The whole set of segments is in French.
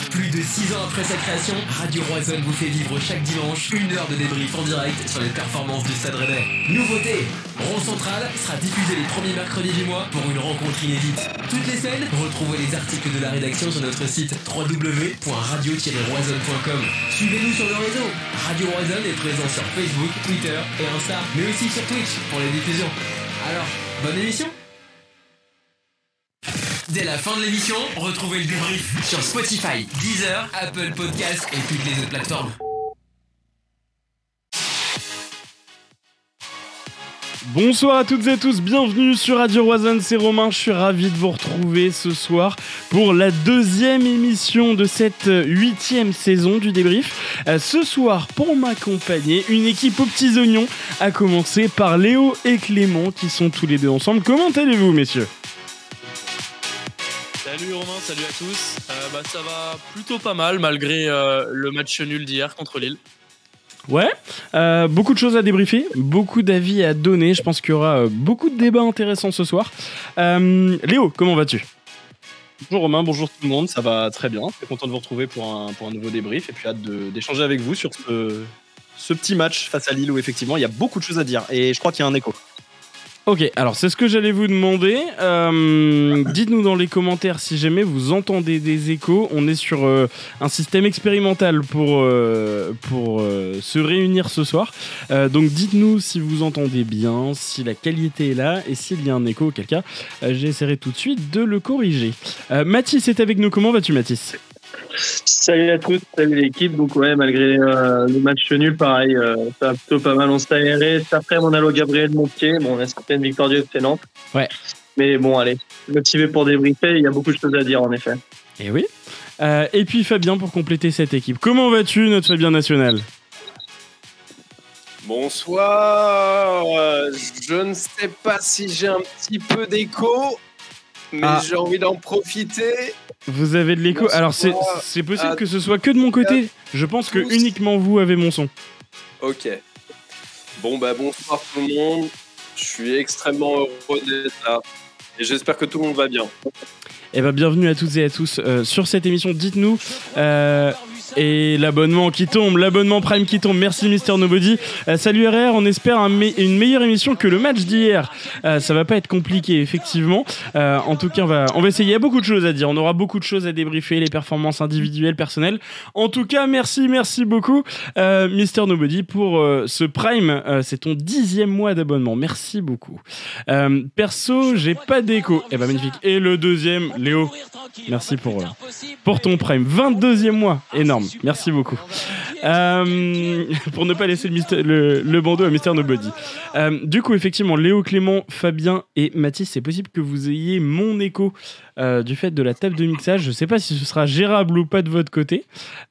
Plus de 6 ans après sa création, Radio Roison vous fait vivre chaque dimanche 1 heure de débrief en direct sur les performances du Stade Rennais. Nouveauté, Rond Central sera diffusé les premiers mercredis du mois pour une rencontre inédite. Toutes les semaines, retrouvez les articles de la rédaction sur notre site www.radio-roison.com. Suivez-nous sur le réseau. Radio Roison est présent sur Facebook, Twitter et Insta, mais aussi sur Twitch pour les diffusions. Alors, bonne émission. Dès la fin de l'émission, retrouvez le débrief sur Spotify, Deezer, Apple Podcasts et toutes les autres plateformes. Bonsoir à toutes et à tous, bienvenue sur Radio Roison, c'est Romain, je suis ravi de vous retrouver ce soir pour la deuxième émission de cette 8e saison du débrief. Ce soir, pour m'accompagner, une équipe aux petits oignons, à commencer par Léo et Clément qui sont tous les deux ensemble. Comment allez-vous, messieurs ? Salut Romain, salut à tous. Ça va plutôt pas mal malgré le match nul d'hier contre Lille. Ouais, beaucoup de choses à débriefer, beaucoup d'avis à donner. Je pense qu'il y aura beaucoup de débats intéressants ce soir. Léo, comment vas-tu ? Bonjour Romain, bonjour tout le monde, ça va très bien. Très content de vous retrouver pour un nouveau débrief et puis hâte d'échanger avec vous sur ce petit match face à Lille où effectivement il y a beaucoup de choses à dire et je crois qu'il y a un écho. Ok, alors c'est ce que j'allais vous demander. Dites-nous dans les commentaires si jamais vous entendez des échos. On est sur un système expérimental pour se réunir ce soir. Donc dites-nous si vous entendez bien, si la qualité est là et s'il y a un écho, auquel cas j'essaierai tout de suite de le corriger. Mathis est avec nous, comment vas-tu Mathis ? Salut à tous, salut l'équipe. Donc ouais, malgré le match nul, pareil, ça va plutôt pas mal. On s'est aéré. Cet après-midi, on a le Gabriel Montier. Bon, on a certaines victoires du FC Nantes. Ouais. Mais bon, allez, motivé pour débriefer. Il y a beaucoup de choses à dire, en effet. Et oui. Et puis Fabien pour compléter cette équipe. Comment vas-tu, notre Fabien national ? Bonsoir. Je ne sais pas si j'ai un petit peu d'écho, mais j'ai envie d'en profiter. Vous avez de l'écho. Alors c'est possible que ce soit que de mon côté. Je pense que uniquement vous avez mon son. Ok. Bon bonsoir tout le monde. Je suis extrêmement heureux d'être là. Et j'espère que tout le monde va bien. Bienvenue à toutes et à tous sur cette émission. Dites-nous et l'abonnement Prime qui tombe. Merci Mister Nobody. Salut RR, on espère une meilleure émission que le match d'hier. Ça va pas être compliqué effectivement. En tout cas, on va essayer. Il y a beaucoup de choses à dire. On aura beaucoup de choses à débriefer, les performances individuelles, personnelles. En tout cas, merci beaucoup Mister Nobody pour ce Prime. C'est ton 10e mois d'abonnement. Merci beaucoup. Perso, j'ai pas d'écho. Magnifique. Et le deuxième, Léo. Merci pour ton Prime. 22e mois. Énorme. Merci beaucoup. Pour ne pas laisser le bandeau à Mister Nobody. Du coup, effectivement, Léo, Clément, Fabien et Mathis, c'est possible que vous ayez mon écho du fait de la table de mixage. Je ne sais pas si ce sera gérable ou pas de votre côté.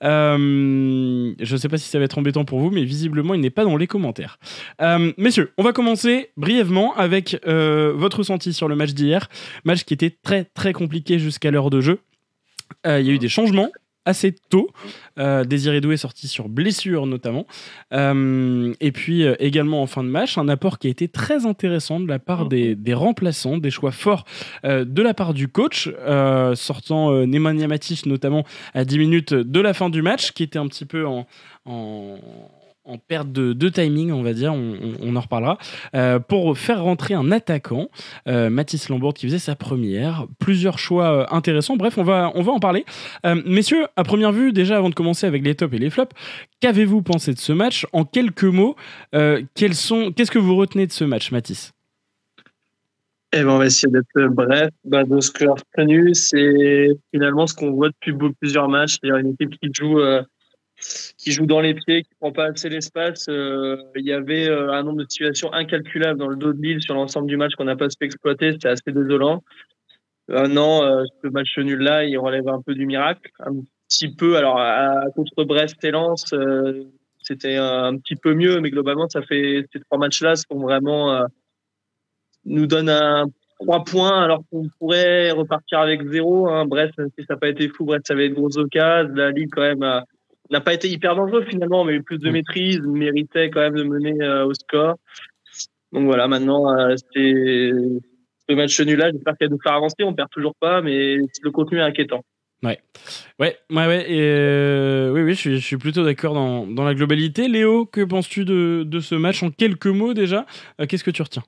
Je ne sais pas si ça va être embêtant pour vous, mais visiblement, il n'est pas dans les commentaires. Messieurs, on va commencer brièvement avec votre ressenti sur le match d'hier. Match qui était très, très compliqué jusqu'à l'heure de jeu. Il y a eu des changements assez tôt. Désiré Doué est sorti sur blessure notamment. Et puis également en fin de match, un apport qui a été très intéressant de la part des remplaçants, des choix forts de la part du coach, sortant Nemanja Matic notamment à 10 minutes de la fin du match, qui était un petit peu en perte de timing, on va dire, on en reparlera, pour faire rentrer un attaquant, Mathis Lambourde, qui faisait sa première, plusieurs choix intéressants, bref, on va en parler. Messieurs, à première vue, déjà avant de commencer avec les tops et les flops, qu'avez-vous pensé de ce match ? En quelques mots, qu'est-ce que vous retenez de ce match, Mathis ? On va essayer d'être bref. De ce que j'ai retenu, c'est finalement ce qu'on voit depuis plusieurs matchs, c'est-à-dire une équipe qui joue dans les pieds, qui prend pas assez l'espace. Il y avait un nombre de situations incalculables dans le dos de Lille sur l'ensemble du match qu'on n'a pas su exploiter. C'était assez désolant. Non, ce match nul-là, il relève un peu du miracle. Un petit peu, alors contre Brest et Lens, c'était un petit peu mieux, mais globalement, ces 3 matchs-là sont vraiment nous donnent 3 points alors qu'on pourrait repartir avec 0. Brest, même si ça n'a pas été fou, Brest, ça avait de grosses occasions. La Ligue, quand même, n'a pas été hyper dangereux finalement, mais plus de maîtrise, méritait quand même de mener au score. Donc voilà, maintenant, c'est ce match nul-là, j'espère qu'il va nous faire avancer. On perd toujours pas, mais le contenu est inquiétant. Ouais. Et oui, je suis plutôt d'accord dans la globalité. Léo, que penses-tu de ce match en quelques mots déjà? Qu'est-ce que tu retiens?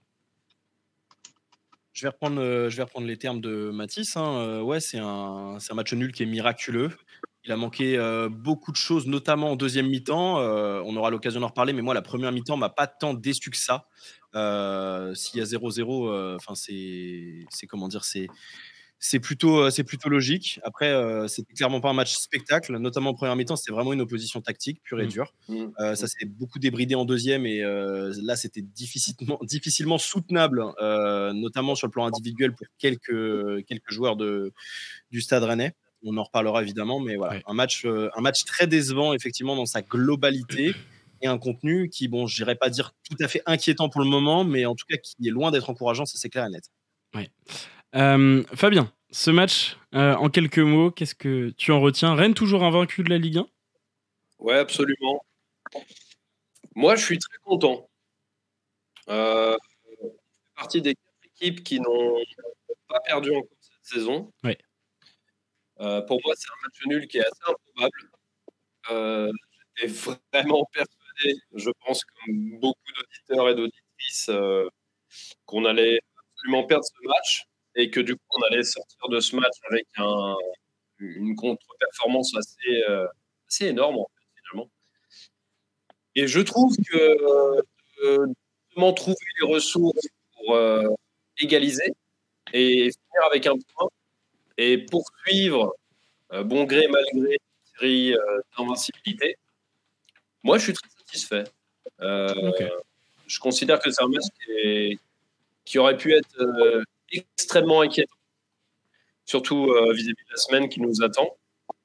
Je vais reprendre les termes de Mathis, hein. Ouais, c'est un match nul qui est miraculeux. Il a manqué beaucoup de choses, notamment en deuxième mi-temps. On aura l'occasion d'en reparler, mais moi, la première mi-temps m'a pas tant déçu que ça. S'il y a 0-0, enfin, c'est comment dire, c'est plutôt logique. Après, c'était clairement pas un match spectacle, notamment en première mi-temps. C'était vraiment une opposition tactique pure et dure. Ça s'est beaucoup débridé en deuxième et là, c'était difficilement soutenable, notamment sur le plan individuel pour quelques joueurs du Stade Rennais. On en reparlera évidemment, mais voilà, Ouais. un match très décevant effectivement dans sa globalité et un contenu qui, bon, je n'irais pas dire tout à fait inquiétant pour le moment, mais en tout cas qui est loin d'être encourageant, ça c'est clair et net. Ouais. Fabien, ce match, en quelques mots, qu'est-ce que tu en retiens? Rennes toujours invaincu de la Ligue 1? Ouais, absolument. Moi, je suis très content. Je fais partie des 4 équipes qui n'ont pas perdu encore cette saison. Ouais. Pour moi, c'est un match nul qui est assez improbable. J'étais vraiment persuadé, je pense, comme beaucoup d'auditeurs et d'auditrices, qu'on allait absolument perdre ce match et que du coup, on allait sortir de ce match avec une contre-performance assez énorme, en fait, finalement. Et je trouve que justement trouver les ressources pour égaliser et finir avec un point et poursuivre bon gré mal gré une série d'invincibilité. Moi, je suis très satisfait. Ok. Je considère que c'est un match qui aurait pu être extrêmement inquiétant, surtout vis-à-vis de la semaine qui nous attend.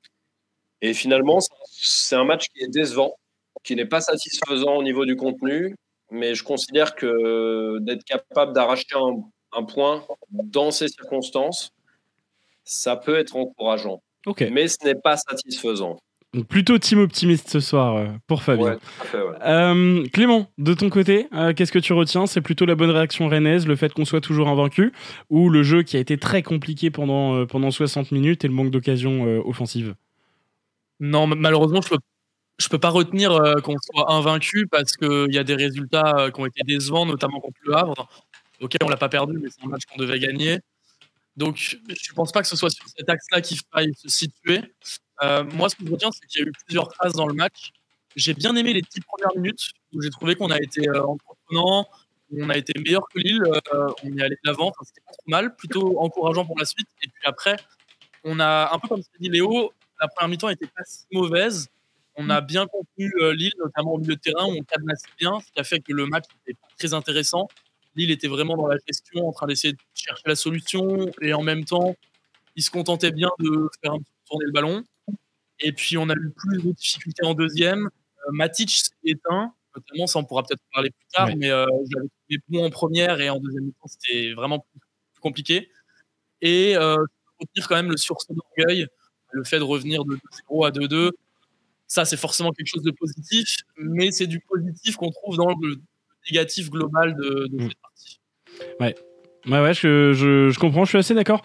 Et finalement, c'est un match qui est décevant, qui n'est pas satisfaisant au niveau du contenu, mais je considère que d'être capable d'arracher un point dans ces circonstances, ça peut être encourageant. Ok. Mais ce n'est pas satisfaisant. Donc plutôt team optimiste ce soir pour Fabien. Ouais, tout à fait, ouais. Clément, de ton côté, qu'est-ce que tu retiens? C'est plutôt la bonne réaction rennaise, le fait qu'on soit toujours invaincu, ou le jeu qui a été très compliqué pendant 60 minutes et le manque d'occasion offensive? Non, malheureusement, je peux pas retenir qu'on soit invaincu parce qu'il y a des résultats qui ont été décevants, notamment contre Le Havre. Ok, on l'a pas perdu, mais c'est un match qu'on devait gagner. Donc, je pense pas que ce soit sur cet axe-là qu'il faille se situer. Moi, ce que je retiens, c'est qu'il y a eu plusieurs phases dans le match. J'ai bien aimé les 10 premières minutes où j'ai trouvé qu'on a été entreprenant, on a été meilleur que Lille, on est allé de l'avant, enfin, c'était pas trop mal, plutôt encourageant pour la suite. Et puis après, on a, un peu comme ce qu'a dit Léo, la première mi-temps était pas si mauvaise. On a bien contenu Lille, notamment au milieu de terrain, où on cadenassait bien, ce qui a fait que le match était très intéressant. Lille était vraiment dans la gestion, en train d'essayer de chercher la solution, et en même temps, il se contentait bien de faire un petit peu tourner le ballon. Et puis, on a eu plus de difficultés en deuxième. Matic s'est éteint, notamment, ça on pourra peut-être en parler plus tard, Ouais. mais je l'avais trouvé bon en première et en deuxième mi-temps, c'était vraiment plus compliqué. Et retenir quand même le sursaut d'orgueil, le fait de revenir de 2-0 à 2-2. Ça, c'est forcément quelque chose de positif, mais c'est du positif qu'on trouve dans le négatif global de cette partie. Ouais, je comprends, je suis assez d'accord.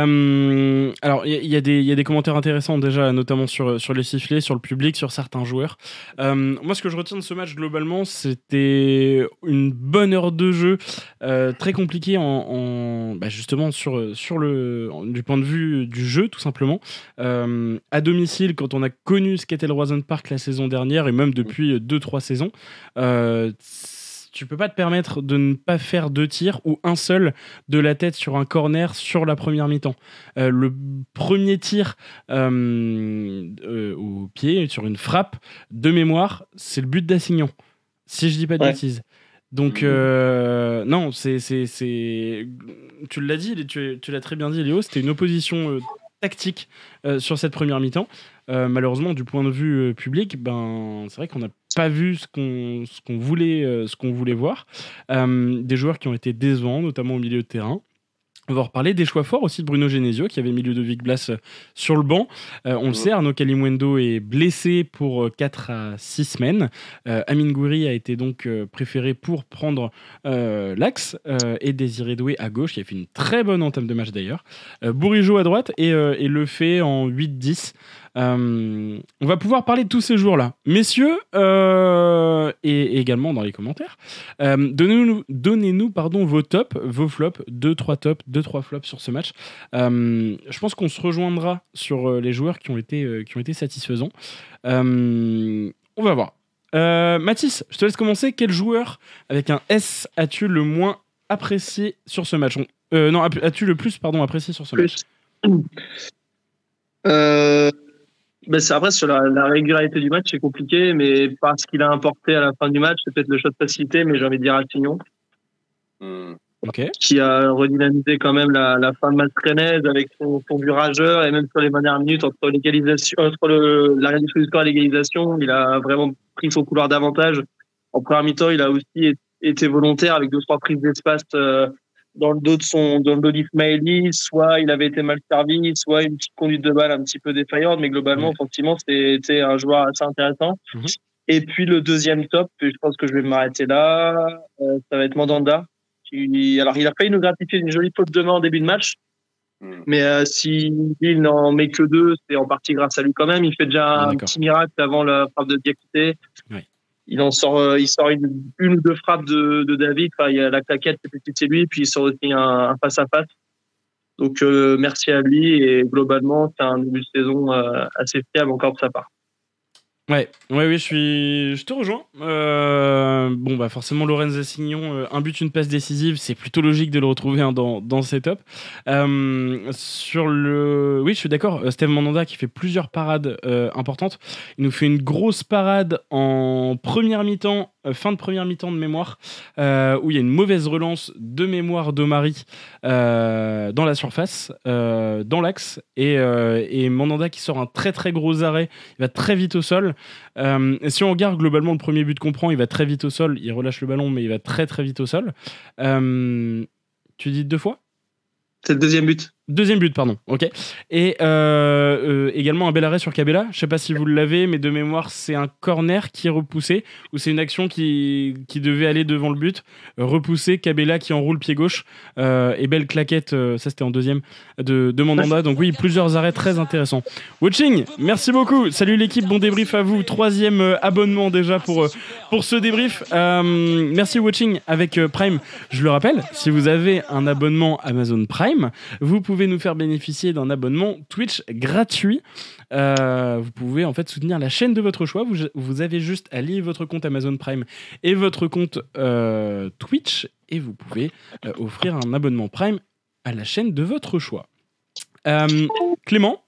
Alors, il y a des commentaires intéressants déjà, notamment sur les sifflets, sur le public, sur certains joueurs. Moi, ce que je retiens de ce match globalement, c'était une bonne heure de jeu, très compliquée justement du point de vue du jeu, tout simplement. À domicile, quand on a connu ce qu'était le Roison Park la saison dernière, et même depuis 2-3 saisons, tu peux pas te permettre de ne pas faire 2 tirs ou un seul de la tête sur un corner sur la première mi-temps. Le premier tir au pied, sur une frappe, de mémoire, c'est le but d'Assignon, si je dis pas de bêtises. Donc, non, tu l'as dit, tu l'as très bien dit, Léo, c'était une opposition tactique sur cette première mi-temps. Malheureusement, du point de vue public, c'est vrai qu'on n'a pas vu ce qu'on voulait voir. Des joueurs qui ont été décevants, notamment au milieu de terrain. On va en reparler des choix forts aussi de Bruno Genesio qui avait mis Ludovic Blas sur le banc. On le sait, Arnaud Kalimuendo est blessé pour 4 à 6 semaines. Amine Gouiri a été donc préféré pour prendre l'axe et Désiré Doué à gauche, qui a fait une très bonne entame de match d'ailleurs. Bourigeaud à droite et le fait en 8-10. On va pouvoir parler de tous ces jours-là. Messieurs, et également dans les commentaires, donnez-nous vos tops, vos flops, 2-3 tops, 2-3 flops sur ce match. Je pense qu'on se rejoindra sur les joueurs qui ont été satisfaisants. On va voir. Mathis, je te laisse commencer. Quel joueur avec un S as-tu le moins apprécié sur ce match? Non, as-tu le plus apprécié sur ce match? Après, sur la régularité du match, c'est compliqué, mais parce qu'il a apporté à la fin du match, c'est peut-être le shot facilité, mais j'ai envie de dire Attignon, qui a redynamisé quand même la fin de match rennaise avec son but rageur, et même sur les dernières minutes, entre la réduction du score et l'égalisation, il a vraiment pris son couloir d'avantage. En première mi-temps, il a aussi été volontaire avec 2-3 prises d'espace dans le dos d'Ismaili, soit il avait été mal servi, soit une petite conduite de balle un petit peu défaillante, mais globalement, effectivement, c'était un joueur assez intéressant. Et puis le deuxième top, je pense que je vais m'arrêter là, ça va être Mandanda. Alors, il a failli nous gratifier une jolie faute de main en début de match, mais s'il n'en met que 2, c'est en partie grâce à lui quand même. Il fait déjà un petit miracle avant la frappe de Diakité. Il sort une ou deux frappes de David. Enfin, il y a la claquette, c'est lui, puis il sort aussi un face-à-face. Donc, merci à lui. Et globalement, c'est un début de saison assez fiable encore de sa part. Oui, je te rejoins. Forcément, Lorenz Assignon, un but, une passe décisive, c'est plutôt logique de le retrouver dans ces tops. Oui, je suis d'accord. Steve Mandanda qui fait plusieurs parades importantes. Il nous fait une grosse parade en première mi-temps, fin de première mi-temps de mémoire, où il y a une mauvaise relance de mémoire d'Omari dans la surface, dans l'axe, et Mandanda qui sort un très très gros arrêt. Il va très vite au sol. Si on regarde globalement le premier but qu'on prend, il va très vite au sol, il relâche le ballon, mais il va très très vite au sol. Tu dis 2 fois? C'est le deuxième but. Deuxième but, pardon. Ok. Et également un bel arrêt sur Cabella. Je sais pas si vous l'avez, mais de mémoire, c'est un corner qui est repoussé, ou c'est une action qui devait aller devant le but, repoussé, Cabella qui enroule pied gauche, et belle claquette, ça c'était en deuxième, de Mandanda. Donc oui, plusieurs arrêts très intéressants. Watching, merci beaucoup. Salut l'équipe, bon débrief à vous. 3e abonnement déjà pour ce débrief. Merci Watching avec Prime. Je le rappelle, si vous avez un abonnement Amazon Prime, vous pouvez nous faire bénéficier d'un abonnement Twitch gratuit. Vous pouvez en fait soutenir la chaîne de votre choix. Vous avez juste à lier votre compte Amazon Prime et votre compte Twitch, et vous pouvez offrir un abonnement Prime à la chaîne de votre choix. Clément,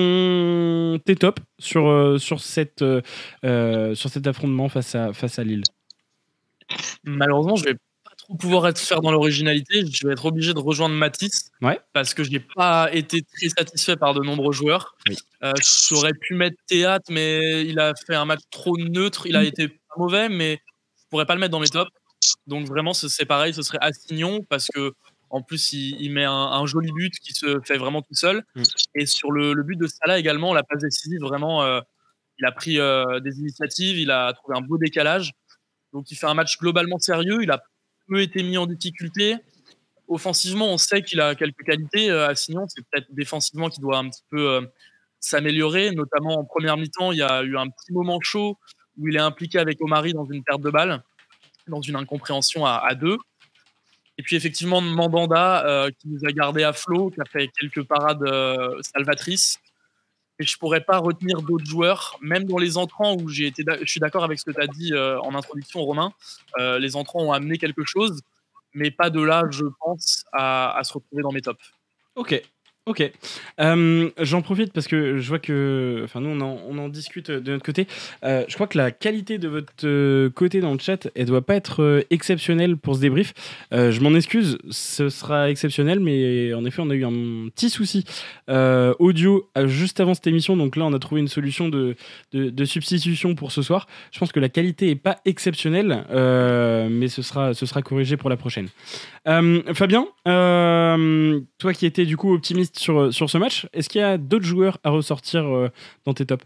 tes tops sur cet affrontement face à Lille. Malheureusement, je vais pas trop pouvoir être faire dans l'originalité. Je vais être obligé de rejoindre Mathis, parce que je n'ai pas été très satisfait par de nombreux joueurs. J'aurais pu mettre Théâtre, mais il a fait un match trop neutre. Il a été pas mauvais, mais je pourrais pas le mettre dans mes tops. Donc vraiment, c'est pareil, ce serait Assignon, parce que en plus il met un joli but qui se fait vraiment tout seul. Et sur le but de Salah également, la passe décisive, vraiment, il a pris des initiatives, il a trouvé un beau décalage. Donc il fait un match globalement sérieux, il a peu été mis en difficulté. Offensivement, on sait qu'il a quelques qualités. Assignon, c'est peut-être défensivement qu'il doit un petit peu s'améliorer, notamment en première mi-temps. Il y a eu un petit moment chaud où il est impliqué avec Omari dans une perte de balle, dans une incompréhension à 2. Et puis effectivement, Mandanda qui nous a gardé à flot, qui a fait quelques parades salvatrices. Et je pourrais pas retenir d'autres joueurs, même dans les entrants où je suis d'accord avec ce que tu as dit en introduction, Romain. Les entrants ont amené quelque chose, mais pas de là, je pense, à se retrouver dans mes tops. Ok. Ok. J'en profite parce que je vois que, enfin, nous on en discute de notre côté. Je crois que la qualité de votre côté dans le chat, elle doit pas être exceptionnelle pour ce débrief. Je m'en excuse, ce sera exceptionnel, mais en effet, on a eu un petit souci audio juste avant cette émission. Donc là, on a trouvé une solution de substitution pour ce soir. Je pense que la qualité est pas exceptionnelle, mais ce sera corrigé pour la prochaine. Fabien, toi qui étais du coup optimiste sur ce match, est-ce qu'il y a d'autres joueurs à ressortir dans tes tops ?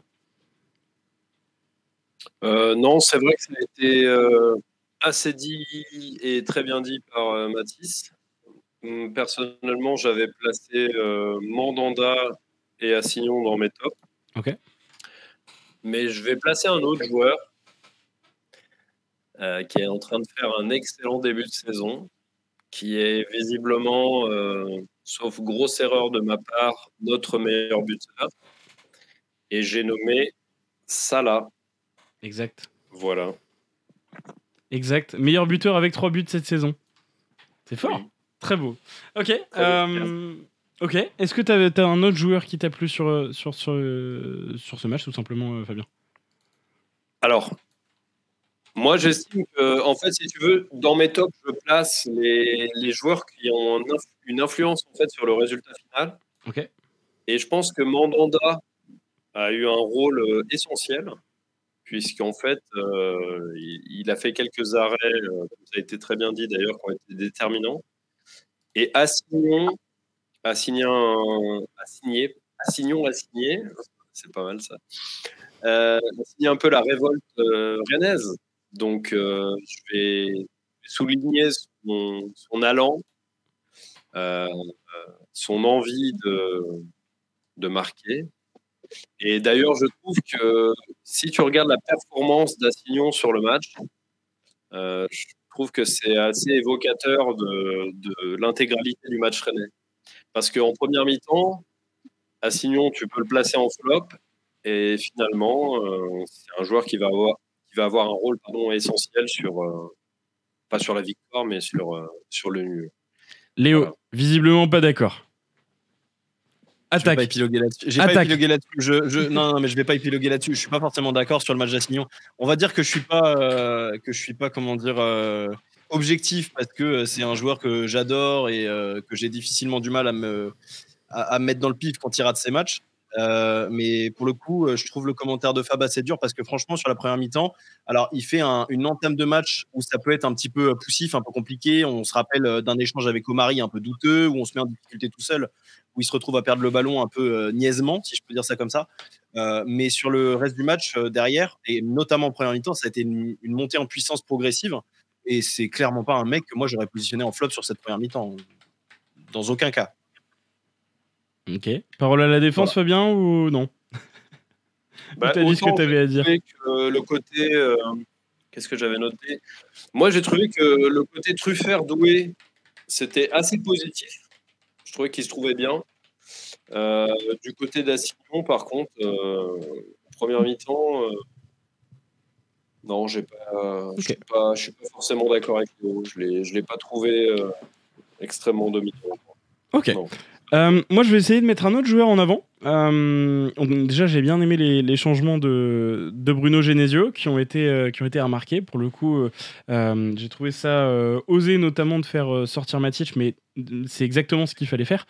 Non, c'est vrai que ça a été assez dit et très bien dit par Mathis. Personnellement, j'avais placé Mandanda et Assignon dans mes tops. Ok. Mais je vais placer un autre joueur qui est en train de faire un excellent début de saison, qui est visiblement, sauf grosse erreur de ma part, notre meilleur buteur. Et j'ai nommé Salah. Exact. Voilà. Exact. Meilleur buteur avec 3 buts cette saison. C'est fort. Oui. Très beau. Ok. Très bien. Ok. Est-ce que t'as un autre joueur qui t'a plu sur ce match, tout simplement, Fabien ? Alors, moi, j'estime que, en fait, si tu veux, dans mes tops, je place les joueurs qui ont une influence en fait, sur le résultat final. Ok. Et je pense que Mandanda a eu un rôle essentiel, puisqu'en fait, il a fait quelques arrêts, comme ça a été très bien dit d'ailleurs, qui ont été déterminants. Et Assignon a signé, c'est pas mal ça, a signé un peu la révolte rennaise. Donc, je vais souligner son allant, son envie de marquer. Et d'ailleurs, je trouve que si tu regardes la performance d'Assignon sur le match, je trouve que c'est assez évocateur de l'intégralité du match rennais. Parce qu'en première mi-temps, Assignon, tu peux le placer en flop, et finalement, c'est un joueur qui va avoir un rôle essentiel pas sur la victoire, mais sur le nul. Léo, Voilà. visiblement pas d'accord. Attaque. Je vais pas épiloguer là-dessus. Pas épiloguer là-dessus. Non, mais je vais pas épiloguer là-dessus. Je suis pas forcément d'accord sur le match d'Assignon. On va dire que je suis pas, comment dire, objectif parce que c'est un joueur que j'adore et que j'ai difficilement du mal à me mettre dans le pif quand il rate ses matchs. Mais pour le coup, je trouve le commentaire de Fab assez dur parce que franchement, sur la première mi-temps, alors il fait une entame de match où ça peut être un petit peu poussif, un peu compliqué. On se rappelle d'un échange avec Omari un peu douteux où on se met en difficulté tout seul, où il se retrouve à perdre le ballon un peu niaisement, si je peux dire ça comme ça. Mais sur le reste du match derrière, et notamment en première mi-temps, ça a été une montée en puissance progressive. Et c'est clairement pas un mec que moi j'aurais positionné en flop sur cette première mi-temps. Dans aucun cas. Ok. Parole à la défense, voilà. Fabien, ou non? T'as dit ce que t'avais à dire. Que le côté, qu'est-ce que j'avais noté? Moi, j'ai trouvé que le côté Truffert doué, c'était assez positif. Je trouvais qu'il se trouvait bien. Du côté d'Assignon, par contre, première mi-temps, non, je suis pas forcément d'accord avec Léo. Je l'ai pas trouvé extrêmement dominant. Ok. Moi, je vais essayer de mettre un autre joueur en avant. Déjà, j'ai bien aimé les changements de Bruno Genesio qui ont été remarqués. Pour le coup, j'ai trouvé ça osé, notamment de faire sortir Matic, mais c'est exactement ce qu'il fallait faire.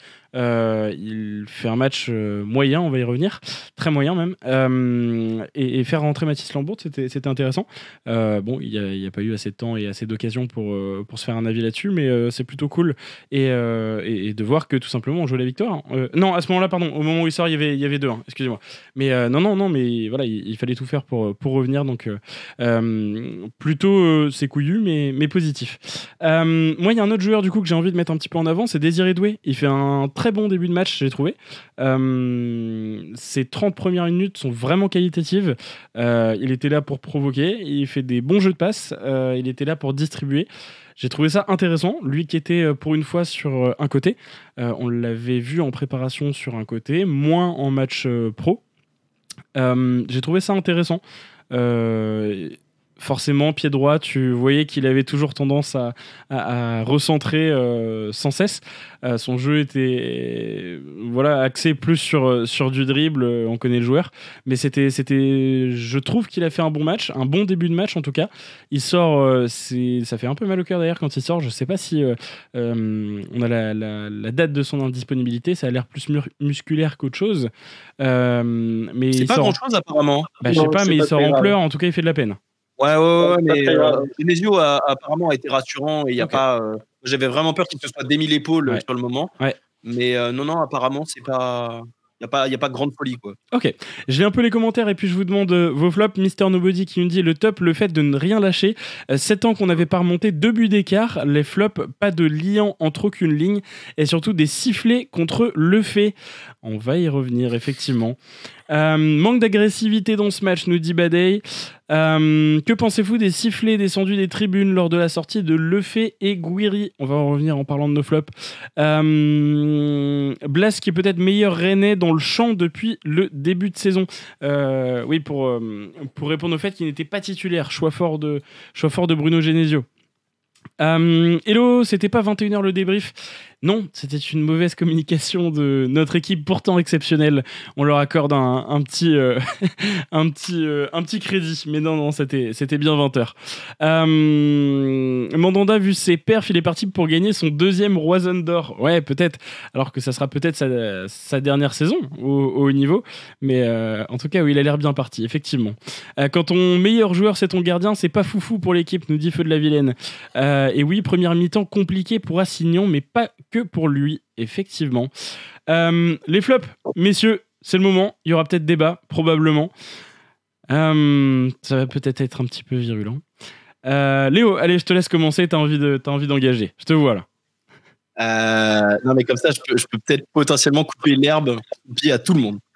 Il fait un match moyen, on va y revenir, très moyen même, et faire rentrer Mathis Lambourg, c'était intéressant. Bon, il n'y a pas eu assez de temps et assez d'occasions pour se faire un avis là-dessus, mais c'est plutôt cool et de voir que tout simplement on joue la victoire. Non, à ce moment-là, pardon, au moment où il sort, il y avait 2-1, excusez-moi. Mais non, mais voilà, il fallait tout faire pour revenir, donc plutôt c'est couillu, mais positif. Moi, il y a un autre joueur du coup que j'ai envie de mettre un petit peu en avant, c'est Désiré Doué. Il fait un très bon début de match, j'ai trouvé. Ses 30 premières minutes sont vraiment qualitatives. Il était là pour provoquer, il fait des bons jeux de passe, il était là pour distribuer. J'ai trouvé ça intéressant, lui qui était pour une fois sur un côté. On l'avait vu en préparation sur un côté, moins en match pro. J'ai trouvé ça intéressant. forcément, pied droit, tu voyais qu'il avait toujours tendance à recentrer sans cesse. Son jeu était axé plus sur du dribble, on connaît le joueur. Mais je trouve qu'il a fait un bon match, un bon début de match en tout cas. Il sort, ça fait un peu mal au cœur d'ailleurs quand il sort. Je sais pas si on a la date de son indisponibilité, ça a l'air plus musculaire qu'autre chose. Mais c'est pas grand-chose apparemment. Je sais Non, pas, c'est mais il pas sort très en grave. pleurs, en tout cas il fait de la peine. Ouais, pas mais très grave. Genesio apparemment a été rassurant et il y a Ok. pas. J'avais vraiment peur qu'il se soit démis l'épaule Ouais. sur le moment. Ouais. Mais non, apparemment c'est pas. Il y a pas de grande folie quoi. Ok, je lis un peu les commentaires et puis je vous demande vos flops. Mister Nobody qui nous dit le top, le fait de ne rien lâcher. 7 ans qu'on n'avait pas remonté, 2 buts d'écart. Les flops, pas de liant entre aucune ligne. Et surtout des sifflets contre le fait. On va y revenir, effectivement. Manque d'agressivité dans ce match, nous dit Badey. Que pensez-vous des sifflets descendus des tribunes lors de la sortie de Lefebvre et Gouiri? On va en revenir en parlant de nos flops. Blas qui est peut-être meilleur Rennais dans le champ depuis le début de saison. Oui, pour répondre au fait qu'il n'était pas titulaire. Choix fort de Bruno Genesio. Hello, c'était pas 21h le débrief. Non, c'était une mauvaise communication de notre équipe pourtant exceptionnelle. On leur accorde un petit crédit, mais non, c'était bien 20h. Mandanda, vu ses perfs, il est parti pour gagner son 2e Roison d'or. Ouais, peut-être, alors que ça sera peut-être sa dernière saison au haut niveau. Mais en tout cas, oui, il a l'air bien parti, effectivement. Quand ton meilleur joueur, c'est ton gardien, c'est pas foufou pour l'équipe, nous dit Feu de la Vilaine. Et oui, première mi-temps compliquée pour Assignon, mais pas que pour lui, effectivement. Les flops, messieurs, c'est le moment. Il y aura peut-être débat, probablement. Ça va peut-être être un petit peu virulent. Léo, allez, je te laisse commencer. T'as envie d'engager. Je te vois là. Non, mais comme ça, je peux peut-être potentiellement couper l'herbe au pied à tout le monde.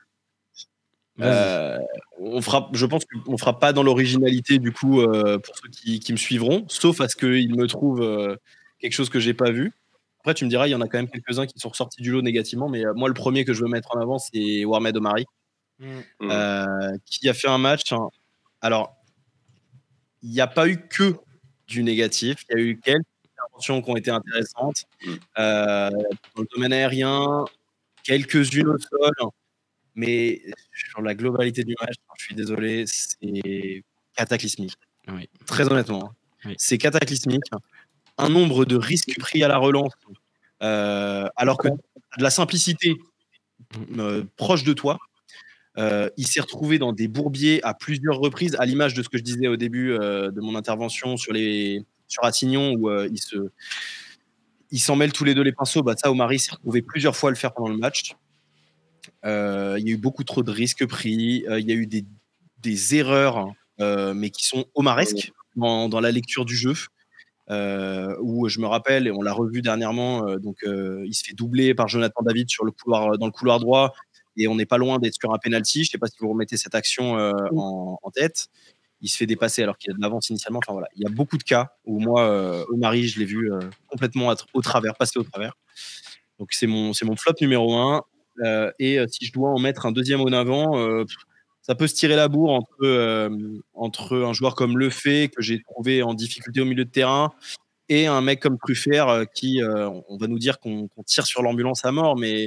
Je pense qu'on fera pas dans l'originalité du coup pour ceux qui me suivront, sauf à ce qu'ils me trouvent quelque chose que j'ai pas vu. Après, tu me diras, il y en a quand même quelques-uns qui sont ressortis du lot négativement, mais moi, le premier que je veux mettre en avant, c'est Warmed Omari, qui a fait un match. Alors, il n'y a pas eu que du négatif, il y a eu quelques interventions qui ont été intéressantes. Dans le domaine aérien, quelques-unes au sol. Mais sur la globalité du match, je suis désolé, c'est cataclysmique. Oui. Très honnêtement. Oui. C'est cataclysmique. Un nombre de risques pris à la relance, alors que de la simplicité proche de toi. Il s'est retrouvé dans des bourbiers à plusieurs reprises, à l'image de ce que je disais au début de mon intervention sur Attignon, où ils s'en mêlent tous les deux les pinceaux. Ça, Omari s'est retrouvé plusieurs fois à le faire pendant le match. Il y a eu beaucoup trop de risques pris. Il y a eu des erreurs, mais qui sont omaresques dans la lecture du jeu. Où je me rappelle, et on l'a revu dernièrement, il se fait doubler par Jonathan David dans le couloir droit, et on n'est pas loin d'être sur un penalty. Je ne sais pas si vous remettez cette action en tête. Il se fait dépasser alors qu'il y a de l'avance initialement. Enfin voilà, il y a beaucoup de cas où moi, Omari, je l'ai vu complètement passer au travers. Donc c'est mon flop numéro 1. Et si je dois en mettre un deuxième en avant, ça peut se tirer la bourre entre un joueur comme Lefebvre, que j'ai trouvé en difficulté au milieu de terrain, et un mec comme Truffert, qui, on va nous dire qu'on tire sur l'ambulance à mort, mais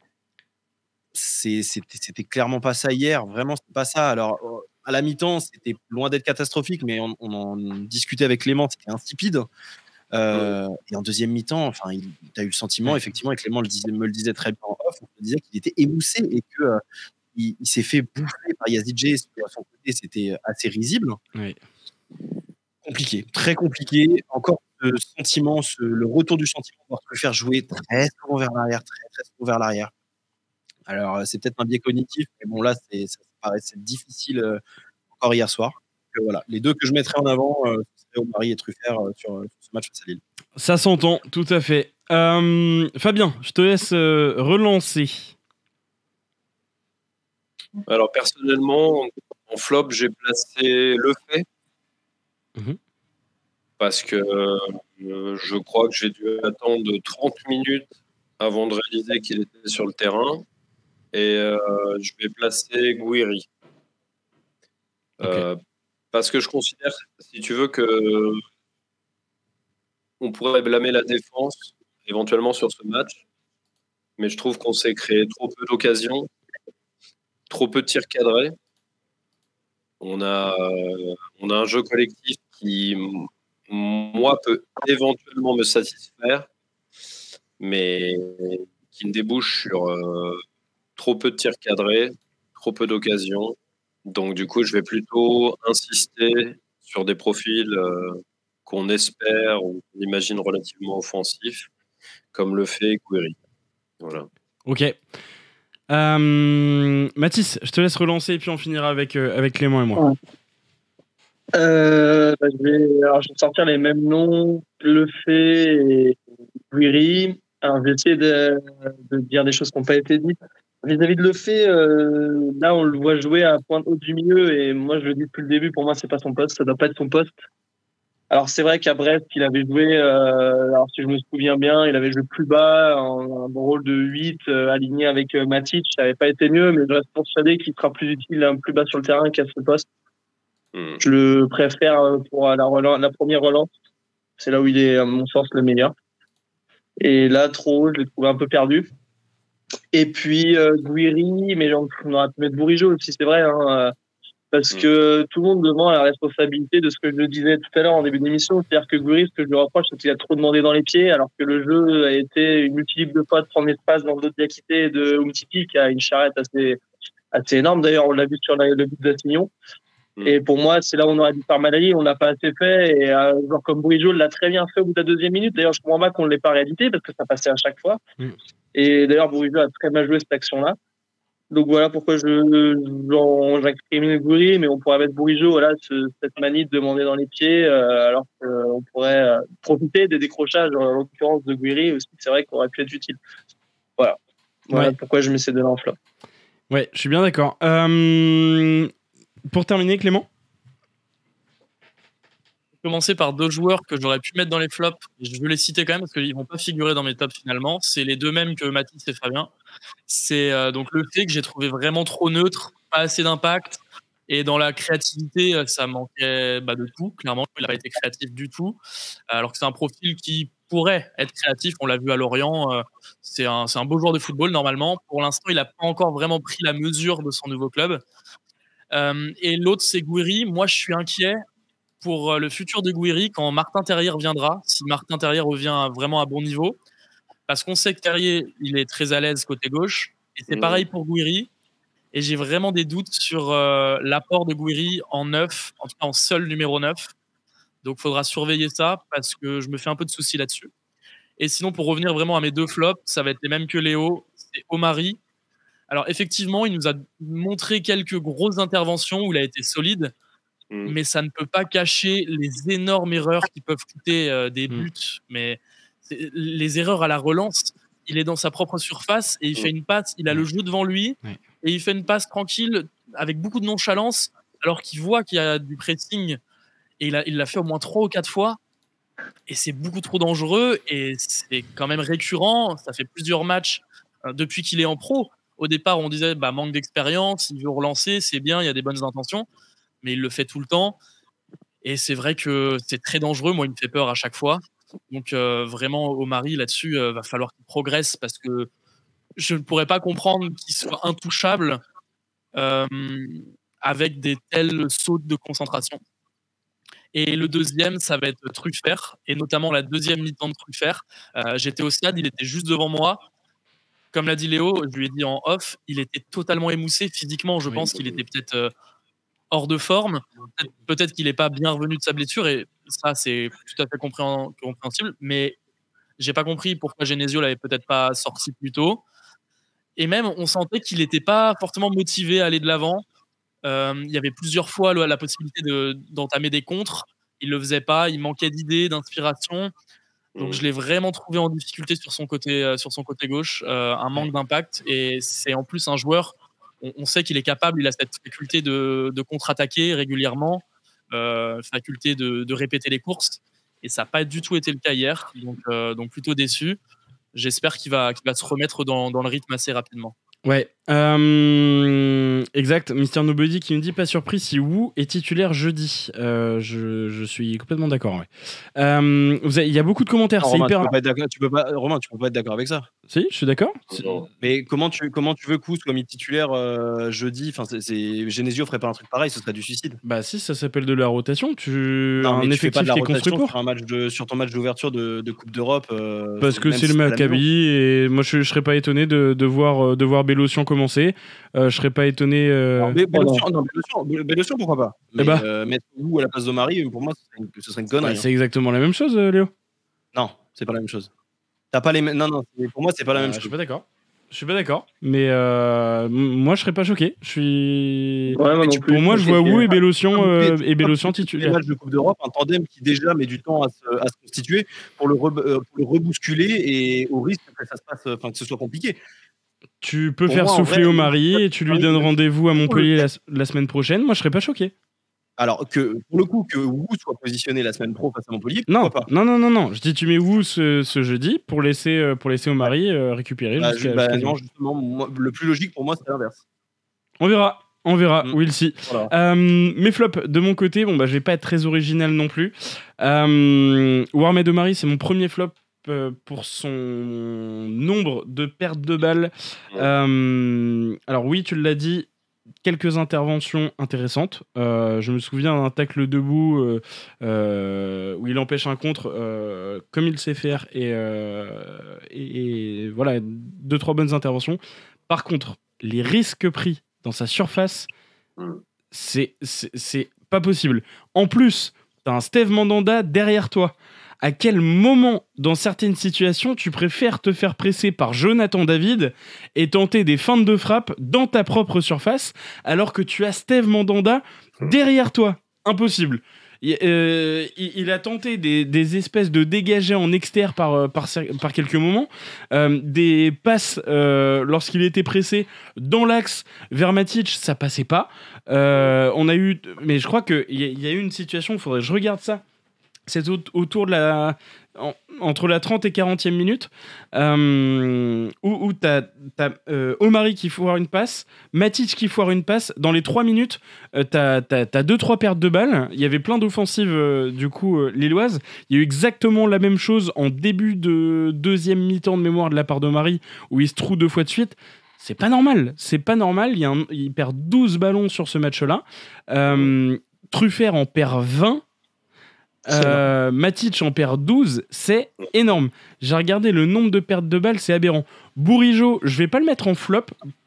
c'était clairement pas ça hier. Vraiment, c'était pas ça. Alors, à la mi-temps, c'était loin d'être catastrophique, mais on en discutait avec Clément, c'était insipide. Et en deuxième mi-temps, tu as eu le sentiment, effectivement, et Clément me le disait très bien en off, on me disait qu'il était émoussé et que il s'est fait bouffer par Yazidje à son côté, c'était assez risible. Oui. Compliqué, très compliqué. Encore le sentiment, le retour du sentiment de voir faire jouer très souvent vers l'arrière, très très souvent vers l'arrière. Alors, c'est peut-être un biais cognitif, mais bon, là, ça paraissait difficile encore hier soir. Donc, voilà, les deux que je mettrais en avant, ce serait Omari et Truffert sur ce match face à Lille. Ça s'entend, tout à fait. Fabien, je te laisse relancer. Alors, personnellement, en flop, j'ai placé Lefebvre. Parce que je crois que j'ai dû attendre 30 minutes avant de réaliser qu'il était sur le terrain. Et je vais placer Gouiri. Okay. Parce que je considère, si tu veux, que on pourrait blâmer la défense éventuellement sur ce match, mais je trouve qu'on s'est créé trop peu d'occasions, trop peu de tirs cadrés. On a un jeu collectif qui, moi, peut éventuellement me satisfaire, mais qui ne débouche sur trop peu de tirs cadrés, trop peu d'occasions. Donc, du coup, je vais plutôt insister sur des profils qu'on espère ou qu'on imagine relativement offensifs, comme le fait Gouiri. Voilà. Ok. Mathis, je te laisse relancer et puis on finira avec Clément et moi. Ouais. Je vais sortir les mêmes noms, Lefebvre et Guiri. Alors, je vais essayer de dire des choses qui n'ont pas été dites. Vis-à-vis de Lefebvre, là, on le voit jouer à pointe haute du milieu et moi, je le dis depuis le début, pour moi, c'est pas son poste, ça doit pas être son poste. Alors, c'est vrai qu'à Brest, il avait joué, alors si je me souviens bien, il avait joué plus bas, en un rôle de 8, aligné avec Matic. Ça n'avait pas été mieux, mais je reste persuadé qu'il sera plus utile plus bas sur le terrain qu'à ce poste. Je le préfère pour la première relance. C'est là où il est, à mon sens, le meilleur. Et là, trop haut, je l'ai trouvé un peu perdu. Et puis, Gouiri, mais on aurait pu mettre Bourigeaud aussi, c'est vrai, hein, parce que tout le monde demande la responsabilité de ce que je disais tout à l'heure en début d'émission. C'est-à-dire que Gouiri, ce que je lui reproche, c'est qu'il a trop demandé dans les pieds, alors que le jeu a été une multitude de fois de prendre l'espace dans le dos de Diakité et de Umtiti, qui a une charrette assez énorme. D'ailleurs, on l'a vu sur le but d'Assignon. Et pour moi, c'est là où on aurait dû faire Malali, on l'a pas assez fait. Et genre comme Bourigeaud l'a très bien fait au bout de la deuxième minute. D'ailleurs, je comprends pas qu'on ne l'ait pas réédité parce que ça passait à chaque fois. Et d'ailleurs, Bourigeaud a très mal joué cette action-là. Donc voilà pourquoi j'incrime Gouiri, mais on pourrait mettre Bourigeaud, voilà, cette manie de demander dans les pieds, alors qu'on pourrait profiter des décrochages, en l'occurrence de Gouiri aussi. C'est vrai qu'on aurait pu être utile. Voilà pourquoi je mets ces deux-là en flop. Ouais, je suis bien d'accord. Pour terminer, Clément ? Je vais commencer par deux joueurs que j'aurais pu mettre dans les flops. Je veux les citer quand même parce qu'ils ne vont pas figurer dans mes tops finalement. C'est les deux mêmes que Mathis et Fabien. C'est donc le fait que j'ai trouvé vraiment trop neutre, pas assez d'impact. Et dans la créativité, ça manquait de tout. Clairement, il n'a pas été créatif du tout. Alors que c'est un profil qui pourrait être créatif. On l'a vu à Lorient. C'est un beau joueur de football normalement. Pour l'instant, il n'a pas encore vraiment pris la mesure de son nouveau club. Et l'autre, c'est Gouiri. Moi, je suis inquiet pour le futur de Gouiri quand Martin Terrier reviendra, si Martin Terrier revient vraiment à bon niveau. Parce qu'on sait que Terrier, il est très à l'aise côté gauche. Et c'est pareil pour Gouiri. Et j'ai vraiment des doutes sur l'apport de Gouiri en neuf, en tout cas en seul numéro 9. Donc, il faudra surveiller ça parce que je me fais un peu de soucis là-dessus. Et sinon, pour revenir vraiment à mes deux flops, ça va être les mêmes que Léo. C'est Omari. Alors, effectivement, il nous a montré quelques grosses interventions où il a été solide, mais ça ne peut pas cacher les énormes erreurs qui peuvent coûter des buts. Mais les erreurs à la relance, il est dans sa propre surface et il fait une passe, il a le jeu devant lui et il fait une passe tranquille avec beaucoup de nonchalance alors qu'il voit qu'il y a du pressing et il l'a fait au moins 3 ou 4 fois. Et c'est beaucoup trop dangereux et c'est quand même récurrent. Ça fait plusieurs matchs depuis qu'il est en pro. Au départ, on disait manque d'expérience, il veut relancer, c'est bien, il y a des bonnes intentions, mais il le fait tout le temps. Et c'est vrai que c'est très dangereux. Moi, il me fait peur à chaque fois. Donc, vraiment, Omari, là-dessus, va falloir qu'il progresse parce que je ne pourrais pas comprendre qu'il soit intouchable avec des tels sauts de concentration. Et le deuxième, ça va être Truffert, et notamment la deuxième mi-temps de Truffert. J'étais au stade, il était juste devant moi. Comme l'a dit Léo, je lui ai dit en off, il était totalement émoussé physiquement. Je pense qu'il était peut-être hors de forme. Peut-être qu'il n'est pas bien revenu de sa blessure, et ça, c'est tout à fait compréhensible. Mais j'ai pas compris pourquoi Genesio l'avait peut-être pas sorti plus tôt. Et même, on sentait qu'il n'était pas fortement motivé à aller de l'avant. Il y avait plusieurs fois la possibilité d'entamer des contres. Il le faisait pas. Il manquait d'idées, d'inspiration. Donc, je l'ai vraiment trouvé en difficulté sur son côté gauche, un manque d'impact. Et c'est en plus un joueur, on sait qu'il est capable, il a cette faculté de contre-attaquer régulièrement, faculté de répéter les courses. Et ça n'a pas du tout été le cas hier. Donc plutôt déçu. J'espère qu'il va se remettre dans le rythme assez rapidement. Ouais, Exact, Mister Nobody qui me dit pas surpris si Wu est titulaire jeudi. Je suis complètement d'accord. Ouais. Il y a beaucoup de commentaires. Non, C'est Romain, hyper. Romain, tu peux pas être d'accord avec ça. Si, je suis d'accord. Non. Mais comment tu veux Kous soit mis titulaire jeudi? Enfin, Genesio ferait pas un truc pareil, ce serait du suicide. Bah si, ça s'appelle de la rotation. Non, Un mais tu fais pas effectif de la qui est construit rotation pour. sur ton match d'ouverture de Coupe d'Europe. Parce que même c'est si le pas la maison. Maccabi et moi je serais pas étonné de voir Bélocian commencer. Je serais pas étonné. Alors, Bélocian, pourquoi pas? Mais mettre Wu à la place d'Omari, pour moi, ce serait une connerie. C'est exactement la même chose, Léo. Non, c'est pas la même chose. T'as pas les non, pour moi, c'est pas la même Je chose. suis pas d'accord. Je suis pas d'accord, mais moi je serais pas choqué. Je suis. Ouais, moi non plus. Pour moi, je vois Wu et Bélocian titulaire. Les matchs de Coupe d'Europe, un tandem qui déjà met du temps à se constituer pour le rebousculer et au risque que ça se passe, que ce soit compliqué. Tu peux Pour faire moi, en souffler vrai, Omari et tu lui donnes rendez-vous à Montpellier la semaine prochaine. Moi, je serais pas choqué. Alors que pour le coup, que Wu soit positionné la semaine pro face à Montpellier, Non, pourquoi pas? non. Je dis tu mets Wu ce jeudi pour laisser Omari récupérer. jusqu'à Non, justement, le plus logique pour moi, c'est l'inverse. On verra. We'll see. Voilà. Mes flops de mon côté, je vais pas être très original non plus. Warmed Omari, c'est mon premier flop pour son nombre de pertes de balles. Alors oui, tu l'as dit, quelques interventions intéressantes. Je me souviens d'un tacle debout où il empêche un contre comme il sait faire et voilà, 2-3 bonnes interventions. Par contre, les risques pris dans sa surface, c'est pas possible. En plus, t'as un Steve Mandanda derrière toi. À quel moment, dans certaines situations, tu préfères te faire presser par Jonathan David et tenter des feintes de frappe dans ta propre surface, alors que tu as Steve Mandanda derrière toi? Impossible. Il a tenté des espèces de dégagés en extérieur par quelques moments, des passes lorsqu'il était pressé dans l'axe vers Matic, ça passait pas. On a eu, mais je crois qu'il y a eu une situation, il faudrait que je regarde ça. C'est autour de entre la 30 et 40e minute où t'as Omari qui foire une passe, Matic qui foire une passe. Dans les 3 minutes, t'as 2-3 pertes de balles. Il y avait plein d'offensives lilloises. Il y a eu exactement la même chose en début de deuxième mi-temps de mémoire de la part d'Omari où il se trouve 2 fois de suite. C'est pas normal. Il perd 12 ballons sur ce match-là. Truffert en perd 20. Matic en perd 12, c'est énorme. J'ai regardé le nombre de pertes de balles, c'est aberrant. Bourigeaud, je vais pas le mettre en flop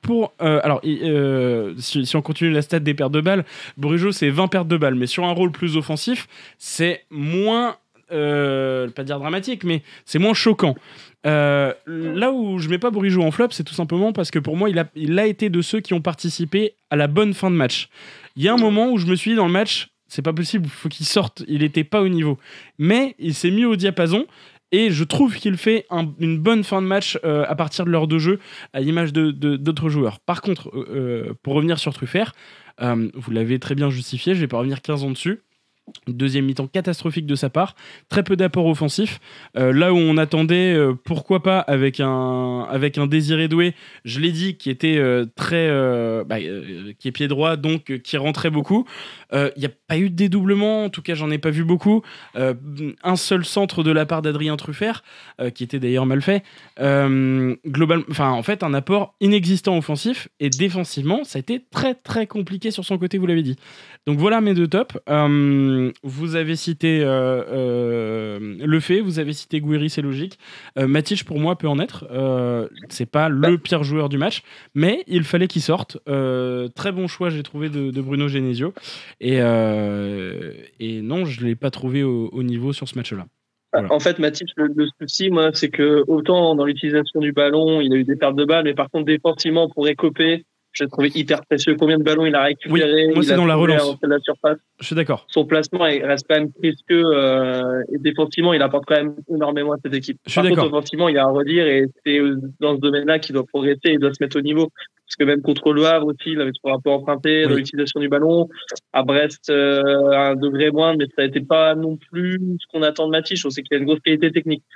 si on continue la stat des pertes de balles, Bourigeaud c'est 20 pertes de balles, mais sur un rôle plus offensif, c'est moins pas dire dramatique, mais c'est moins choquant. Là où je mets pas Bourigeaud en flop, c'est tout simplement parce que pour moi il a été de ceux qui ont participé à la bonne fin de match. Il y a un moment où je me suis dit dans le match, c'est pas possible, il faut qu'il sorte, il était pas au niveau. Mais il s'est mis au diapason et je trouve qu'il fait une bonne fin de match à partir de l'heure de jeu, à l'image d'autres joueurs. Par contre, pour revenir sur Truffert, vous l'avez très bien justifié, je vais pas revenir 15 ans dessus. Deuxième mi-temps catastrophique de sa part, très peu d'apport offensif. Là où on attendait, pourquoi pas, avec un Désiré Doué, je l'ai dit, qui était qui est pied droit, donc qui rentrait beaucoup. Il n'y a pas eu de dédoublement, en tout cas j'en ai pas vu beaucoup. Un seul centre de la part d'Adrien Truffert, qui était d'ailleurs mal fait. En fait, un apport inexistant offensif, et défensivement, ça a été très très compliqué sur son côté, vous l'avez dit. Donc voilà mes 2 tops. Vous avez cité Lefebvre, vous avez cité Gouiri, c'est logique. Matic pour moi peut en être. C'est pas le pire joueur du match, mais il fallait qu'il sorte. Très bon choix j'ai trouvé de Bruno Genesio. Et non, je l'ai pas trouvé au niveau sur ce match-là. Voilà. En fait, Matic, le souci, moi, c'est que autant dans l'utilisation du ballon, il a eu des pertes de balles, mais par contre défensivement pour écoper, je l'ai trouvé hyper précieux. Combien de ballons il a récupéré? Oui, moi c'est dans la relance. La surface. Je suis d'accord. Son placement il reste quand même précieux et défensivement il apporte quand même énormément à cette équipe. Par contre, offensivement il y a à redire et c'est dans ce domaine-là qu'il doit progresser, il doit se mettre au niveau. Parce que même contre le Havre aussi, il avait un peu emprunté dans l'utilisation du ballon. À Brest, un degré moins, mais ça n'était pas non plus ce qu'on attend de Matic. On sait qu'il a une grosse qualité technique.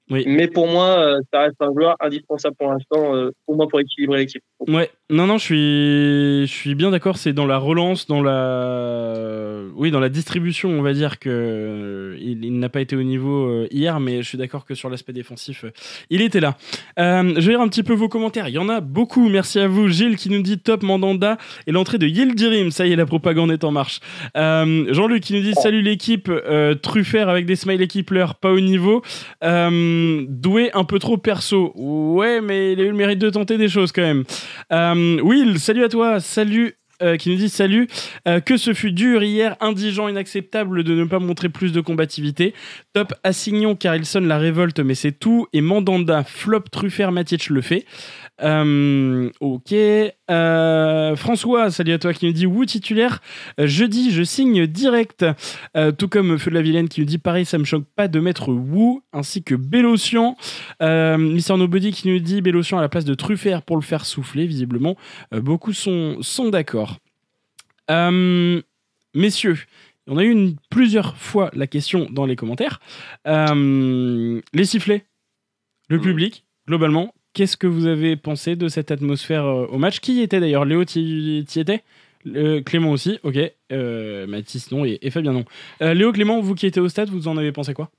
Oui. Mais pour moi, ça reste un joueur indispensable pour l'instant, au moins pour équilibrer l'équipe. Ouais, non, je suis bien d'accord. C'est dans la relance, oui, dans la distribution, on va dire que il n'a pas été au niveau hier, mais je suis d'accord que sur l'aspect défensif, il était là. Je vais lire un petit peu vos commentaires. Il y en a beaucoup. Merci à vous, Gilles, qui nous dit top Mandanda et l'entrée de Yildirim. Ça y est, la propagande est en marche. Jean-Luc qui nous dit salut l'équipe, Truffert avec des smileys qui pleurent, pas au niveau. Doué un peu trop perso. Ouais, mais il a eu le mérite de tenter des choses quand même. Will, salut à toi, salut. Qui nous dit salut, que ce fut dur hier, indigent, inacceptable de ne pas montrer plus de combativité. Top Assignon car il sonne la révolte, mais c'est tout. Et Mandanda, flop Truffert, Matic le fait. Ok. François, salut à toi, qui nous dit Wu titulaire. Jeudi, je signe direct. Tout comme Feu de la Vilaine qui nous dit pareil, ça me choque pas de mettre Wu ainsi que Bélocian. Mister Nobody qui nous dit Bélocian à la place de Truffert pour le faire souffler, visiblement. Beaucoup sont d'accord. Messieurs, on a eu plusieurs fois la question dans les commentaires. Les sifflets, le public, globalement, qu'est-ce que vous avez pensé de cette atmosphère au match? Qui y était d'ailleurs? Léo, t'y étais? Clément aussi, ok. Mathis non et Fabien non. Léo, Clément, vous qui étiez au stade, vous en avez pensé quoi?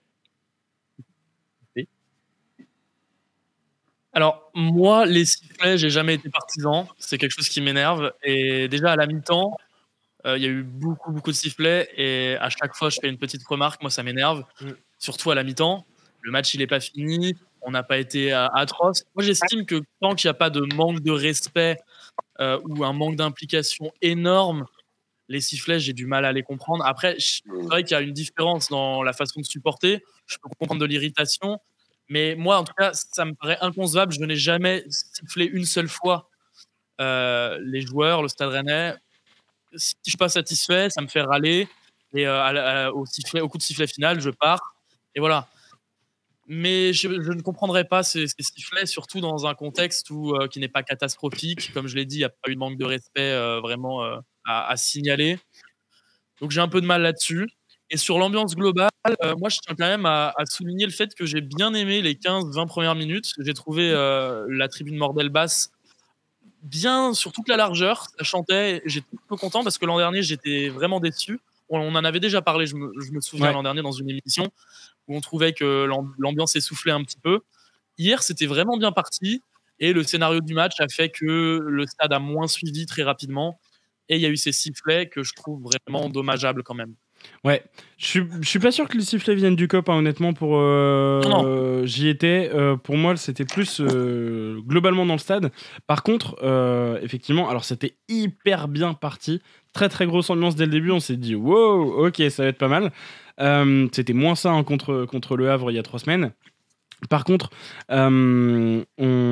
Alors, moi, les sifflets, j'ai jamais été partisan. C'est quelque chose qui m'énerve. Et déjà, à la mi-temps, il y a eu beaucoup de sifflets. Et à chaque fois, je fais une petite remarque. Moi, ça m'énerve. Surtout à la mi-temps. Le match, il n'est pas fini. On n'a pas été atroce. Moi, j'estime que tant qu'il n'y a pas de manque de respect ou un manque d'implication énorme, les sifflets, j'ai du mal à les comprendre. Après, c'est vrai qu'il y a une différence dans la façon de supporter. Je peux comprendre de l'irritation. Mais moi, en tout cas, ça me paraît inconcevable. Je n'ai jamais sifflé une seule fois les joueurs, le Stade Rennais. Si je suis pas satisfait, ça me fait râler. Et au coup de sifflet final, je pars. Et voilà. Mais je ne comprendrais pas ces sifflets, surtout dans un contexte qui n'est pas catastrophique. Comme je l'ai dit, il n'y a pas eu de manque de respect vraiment à signaler. Donc j'ai un peu de mal là-dessus. Et sur l'ambiance globale, moi je tiens quand même à souligner le fait que j'ai bien aimé les 15-20 premières minutes. J'ai trouvé la tribune Mordel basse bien sur toute la largeur. Ça chantait. J'étais un peu content parce que l'an dernier j'étais vraiment déçu. On en avait déjà parlé, je me souviens, l'an dernier dans une émission où on trouvait que l'ambiance essoufflait un petit peu. Hier, c'était vraiment bien parti et le scénario du match a fait que le stade a moins suivi très rapidement et il y a eu ces sifflets que je trouve vraiment dommageables quand même. Ouais, je suis pas sûr que les sifflets viennent du COP, hein, honnêtement. J'y étais. Pour moi, c'était plus globalement dans le stade. Par contre, effectivement, alors c'était hyper bien parti. Très très grosse ambiance dès le début. On s'est dit wow, ok, ça va être pas mal. C'était moins ça hein, contre le Havre il y a 3 semaines. Par contre, qu'est-ce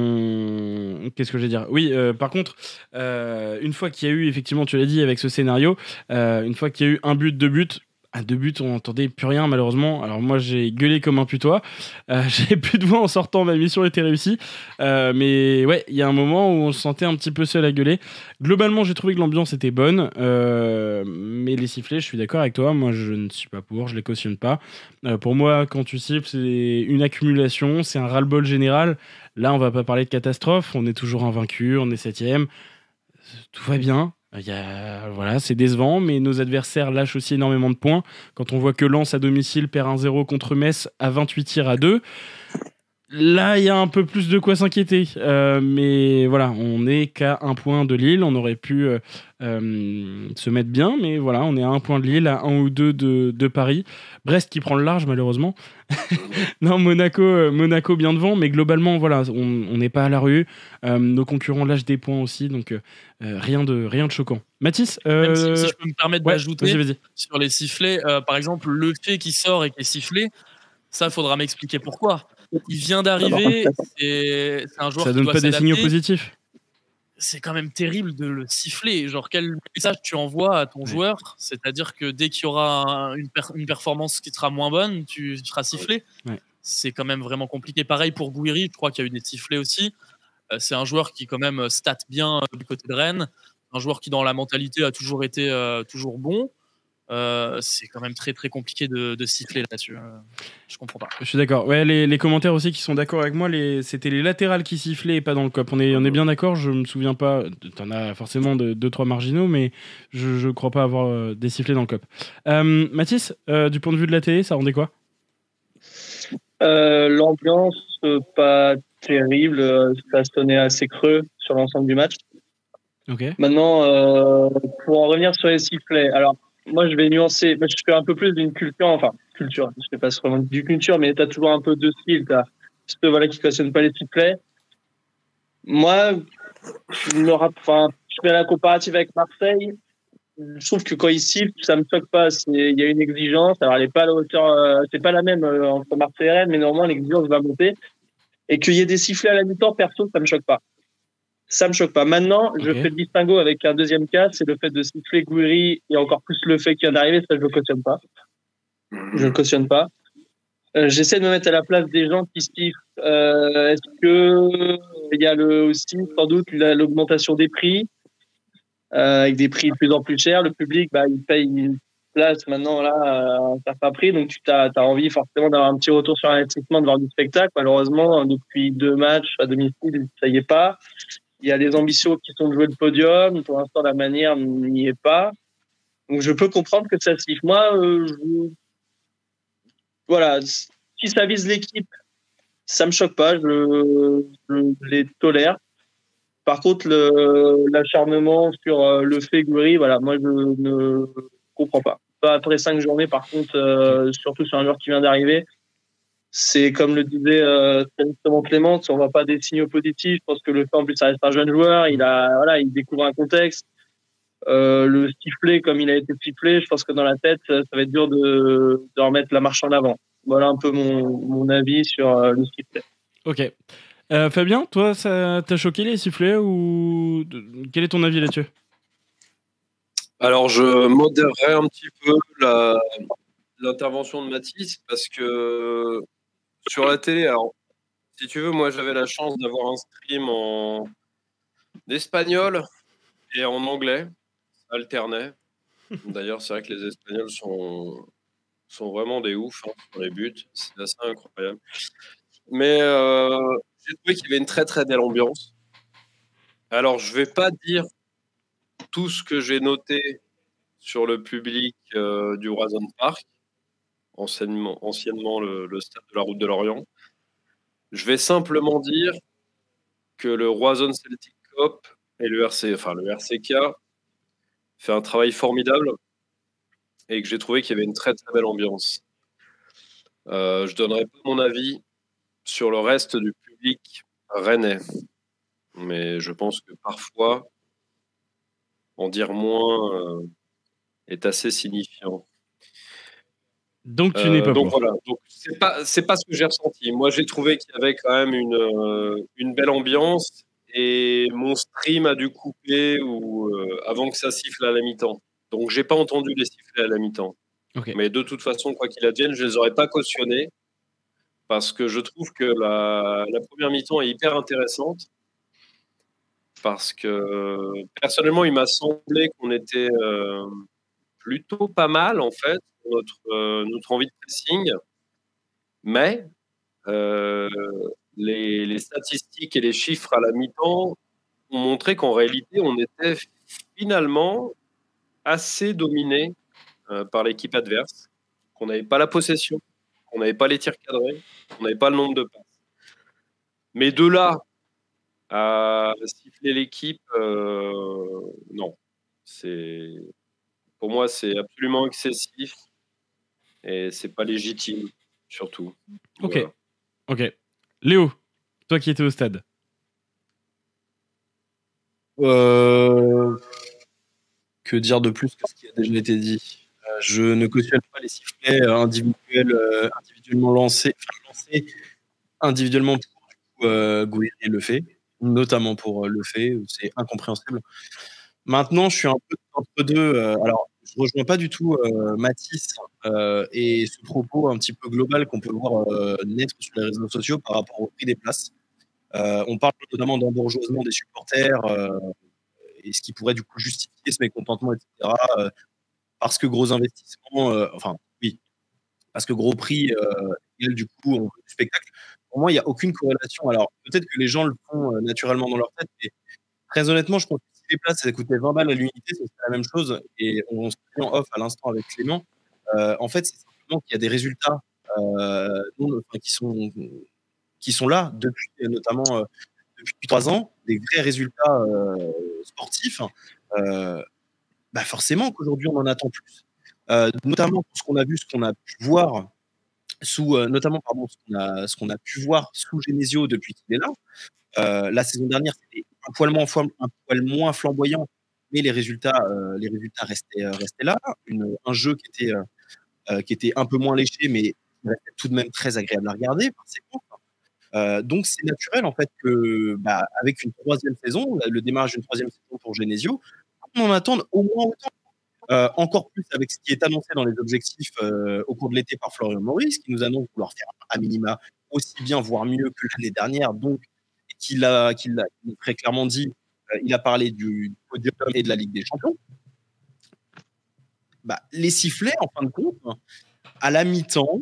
que je vais dire? Oui, par contre, une fois qu'il y a eu, effectivement, tu l'as dit avec ce scénario, une fois qu'il y a eu un but, 2 buts, à 2 buts, on n'entendait plus rien, malheureusement. Alors moi, j'ai gueulé comme un putois. J'ai plus de voix en sortant, ma mission était réussie. Mais ouais, il y a un moment où on se sentait un petit peu seul à gueuler. Globalement, j'ai trouvé que l'ambiance était bonne. Mais les sifflets, je suis d'accord avec toi. Moi, je ne suis pas pour, je les cautionne pas. Pour moi, quand tu siffles, c'est une accumulation, c'est un ras-le-bol général. Là, on va pas parler de catastrophe. On est toujours invaincu, on est 7e. Tout va bien. Voilà, c'est décevant, mais nos adversaires lâchent aussi énormément de points. Quand on voit que Lens à domicile perd 1-0 contre Metz à 28 tirs à 2, là, il y a un peu plus de quoi s'inquiéter. Mais voilà, on n'est qu'à 1 point de Lille. On aurait pu se mettre bien, mais voilà, on est à 1 point de Lille, à 1 ou 2 de Paris. Brest qui prend le large, malheureusement. Non, Monaco bien devant, mais globalement, voilà, on n'est pas à la rue. Nos concurrents lâchent des points aussi, donc rien de choquant. Mathis, Même si je peux me permettre d'ajouter vas-y. sur les sifflets, par exemple, le fait qui sort et qui est sifflé, ça, il faudra m'expliquer pourquoi. Il vient d'arriver, c'est un joueur ça qui donne doit pas des signaux s'adapter. positifs. C'est quand même terrible de le siffler. Genre, quel message tu envoies à ton joueur? C'est-à-dire que dès qu'il y aura une performance qui sera moins bonne, tu seras sifflé. Ouais. C'est quand même vraiment compliqué. Pareil pour Gouiri, je crois qu'il y a eu des sifflets aussi. C'est un joueur qui quand même stat bien du côté de Rennes. Un joueur qui, dans la mentalité, a toujours été toujours bon. c'est quand même très très compliqué de siffler là-dessus. Je comprends pas. Je suis d'accord. Ouais, les commentaires aussi qui sont d'accord avec moi, c'était les latérales qui sifflaient et pas dans le cop. On est bien d'accord, je me souviens pas. T'en as forcément 2-3 marginaux, mais je crois pas avoir des sifflets dans le cop. Mathis, du point de vue de la télé, ça rendait quoi? L'ambiance, pas terrible. Ça sonnait assez creux sur l'ensemble du match. Ok. Maintenant, pour en revenir sur les sifflets, alors moi je vais nuancer. Moi, je fais un peu plus d'une culture. Je fais pas vraiment du culture, mais t'as toujours un peu deux styles. T'as ceux voilà qui cautionnent pas les sifflets. Moi, je fais la comparative avec Marseille. Je trouve que quand ils sifflent, ça me choque pas. Il y a une exigence. Alors elle est pas à la hauteur, c'est pas la même entre Marseille et Rennes, mais normalement l'exigence va monter. Et qu'il y ait des sifflets à la mi-temps, perso, ça me choque pas. Ça me choque pas. Maintenant, je Ok. fais le distinguo avec un deuxième cas, c'est le fait de siffler Gouiri et encore plus le fait qu'il vient d'arriver, ça je le cautionne pas. Je le cautionne pas. J'essaie de me mettre à la place des gens qui sifflent. Est-ce que il y a aussi sans doute l'augmentation des prix avec des prix de plus en plus chers. Le public, il paye une place maintenant là à un certain prix, donc tu as envie forcément d'avoir un petit retour sur investissement de voir du spectacle. Malheureusement, depuis 2 matchs à domicile, ça y est pas. Il y a les ambitions qui sont de jouer le podium. Pour l'instant, la manière n'y est pas. Donc, je peux comprendre que ça siffle. Moi, voilà, si ça vise l'équipe, ça me choque pas. Je les tolère. Par contre, l'acharnement sur le fait Gouiri, voilà, moi, je ne comprends pas. Pas après 5 journées, par contre, surtout sur un joueur qui vient d'arriver. C'est comme le disait très justement Clément, si on voit pas des signaux positifs, je pense que le fait en plus ça reste un jeune joueur, il découvre un contexte. Le sifflet comme il a été sifflé, je pense que dans la tête ça va être dur de remettre la marche en avant. Voilà un peu mon avis sur le sifflet. Ok. Fabien, toi, ça t'a choqué les sifflets ou quel est ton avis là-dessus? Alors, je modérerai un petit peu l'intervention de Mathis parce que sur la télé, alors, si tu veux, moi j'avais la chance d'avoir un stream en espagnol et en anglais, ça alternait. D'ailleurs, c'est vrai que les Espagnols sont vraiment des oufs sur les buts, c'est assez incroyable. Mais j'ai trouvé qu'il y avait une très très belle ambiance. Alors, je vais pas dire tout ce que j'ai noté sur le public du Roison Park, anciennement le stade de la Route de Lorient. Je vais simplement dire que le Roison Celtic Cup et le RCK fait un travail formidable et que j'ai trouvé qu'il y avait une très très belle ambiance. Je donnerai pas mon avis sur le reste du public rennais, mais je pense que parfois en dire moins est assez signifiant. Donc tu n'es pas donc pour. voilà, donc c'est pas ce que j'ai ressenti. Moi j'ai trouvé qu'il y avait quand même une belle ambiance et mon stream a dû couper avant que ça siffle à la mi-temps. Donc j'ai pas entendu les sifflets à la mi-temps. Ok. Mais de toute façon, quoi qu'il advienne, je les aurais pas cautionnés parce que je trouve que la première mi-temps est hyper intéressante parce que personnellement, il m'a semblé qu'on était plutôt pas mal en fait notre envie de pressing, mais les statistiques et les chiffres à la mi-temps ont montré qu'en réalité, on était finalement assez dominé par l'équipe adverse, qu'on n'avait pas la possession, qu'on n'avait pas les tirs cadrés, qu'on n'avait pas le nombre de passes. Mais de là à siffler l'équipe, non. Pour moi, c'est absolument excessif et c'est pas légitime, surtout. Ok. Voilà. Ok. Léo, toi qui étais au stade. Que dire de plus que ce qui a déjà été dit? Je ne cautionne pas les sifflets individuellement lancés individuellement pour Gouiri le fait, notamment pour le fait, c'est incompréhensible. Maintenant, je suis un peu entre deux. Alors, je rejoins pas du tout Mathis et ce propos un petit peu global qu'on peut voir naître sur les réseaux sociaux par rapport au prix des places. On parle notamment d'embourgeoisement des supporters et ce qui pourrait du coup justifier ce mécontentement, etc. parce que gros investissement, oui, parce que gros prix, égale du coup, on veut du spectacle. Pour moi, il n'y a aucune corrélation. Alors, peut-être que les gens le font naturellement dans leur tête, mais très honnêtement, je pense que si les places, ça coûtait 20 balles à l'unité, c'est la même chose. Et on se dit en off à l'instant avec Clément. En fait, c'est simplement qu'il y a des résultats qui sont là depuis, notamment depuis 3 ans, des vrais résultats sportifs. Forcément qu'aujourd'hui, on en attend plus. Notamment pour ce qu'on a vu, ce qu'on a pu voir ce qu'on a pu voir sous Genesio depuis qu'il est là. La saison dernière, c'était un poil moins flamboyant, mais les résultats restaient là. Un jeu qui était un peu moins léché, mais tout de même très agréable à regarder par ses points. Donc c'est naturel en fait que avec une troisième saison, le démarrage d'une troisième saison pour Genesio, on en attend au moins autant. Encore plus avec ce qui est annoncé dans les objectifs au cours de l'été par Florian Maurice, qui nous annonce vouloir faire à minima aussi bien, voire mieux que l'année dernière. Donc, qu'il a très clairement dit, il a parlé du podium et de la Ligue des Champions. Les sifflets, en fin de compte, à la mi-temps,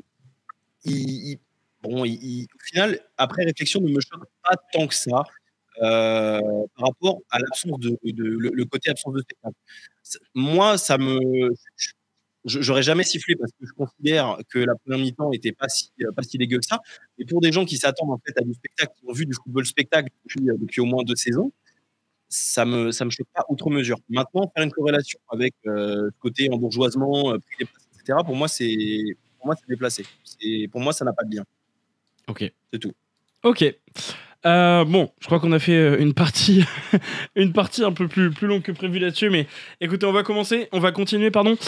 au final, après réflexion, ne me choque pas tant que ça par rapport à l'absence le côté absence de spectacle. Moi, j'aurais jamais sifflé parce que je considère que la première mi-temps n'était pas si dégueu que ça. Et pour des gens qui s'attendent en fait à du spectacle, qui ont vu du football spectacle depuis au moins 2 saisons, ça me choque pas outre mesure. Maintenant, faire une corrélation avec le côté embourgeoisement, prix des places, etc. Pour moi, c'est déplacé. Pour moi, ça n'a pas de lien. Ok. C'est tout. Ok. Bon, je crois qu'on a fait une partie un peu plus longue que prévu là-dessus, mais écoutez, on va continuer, pardon.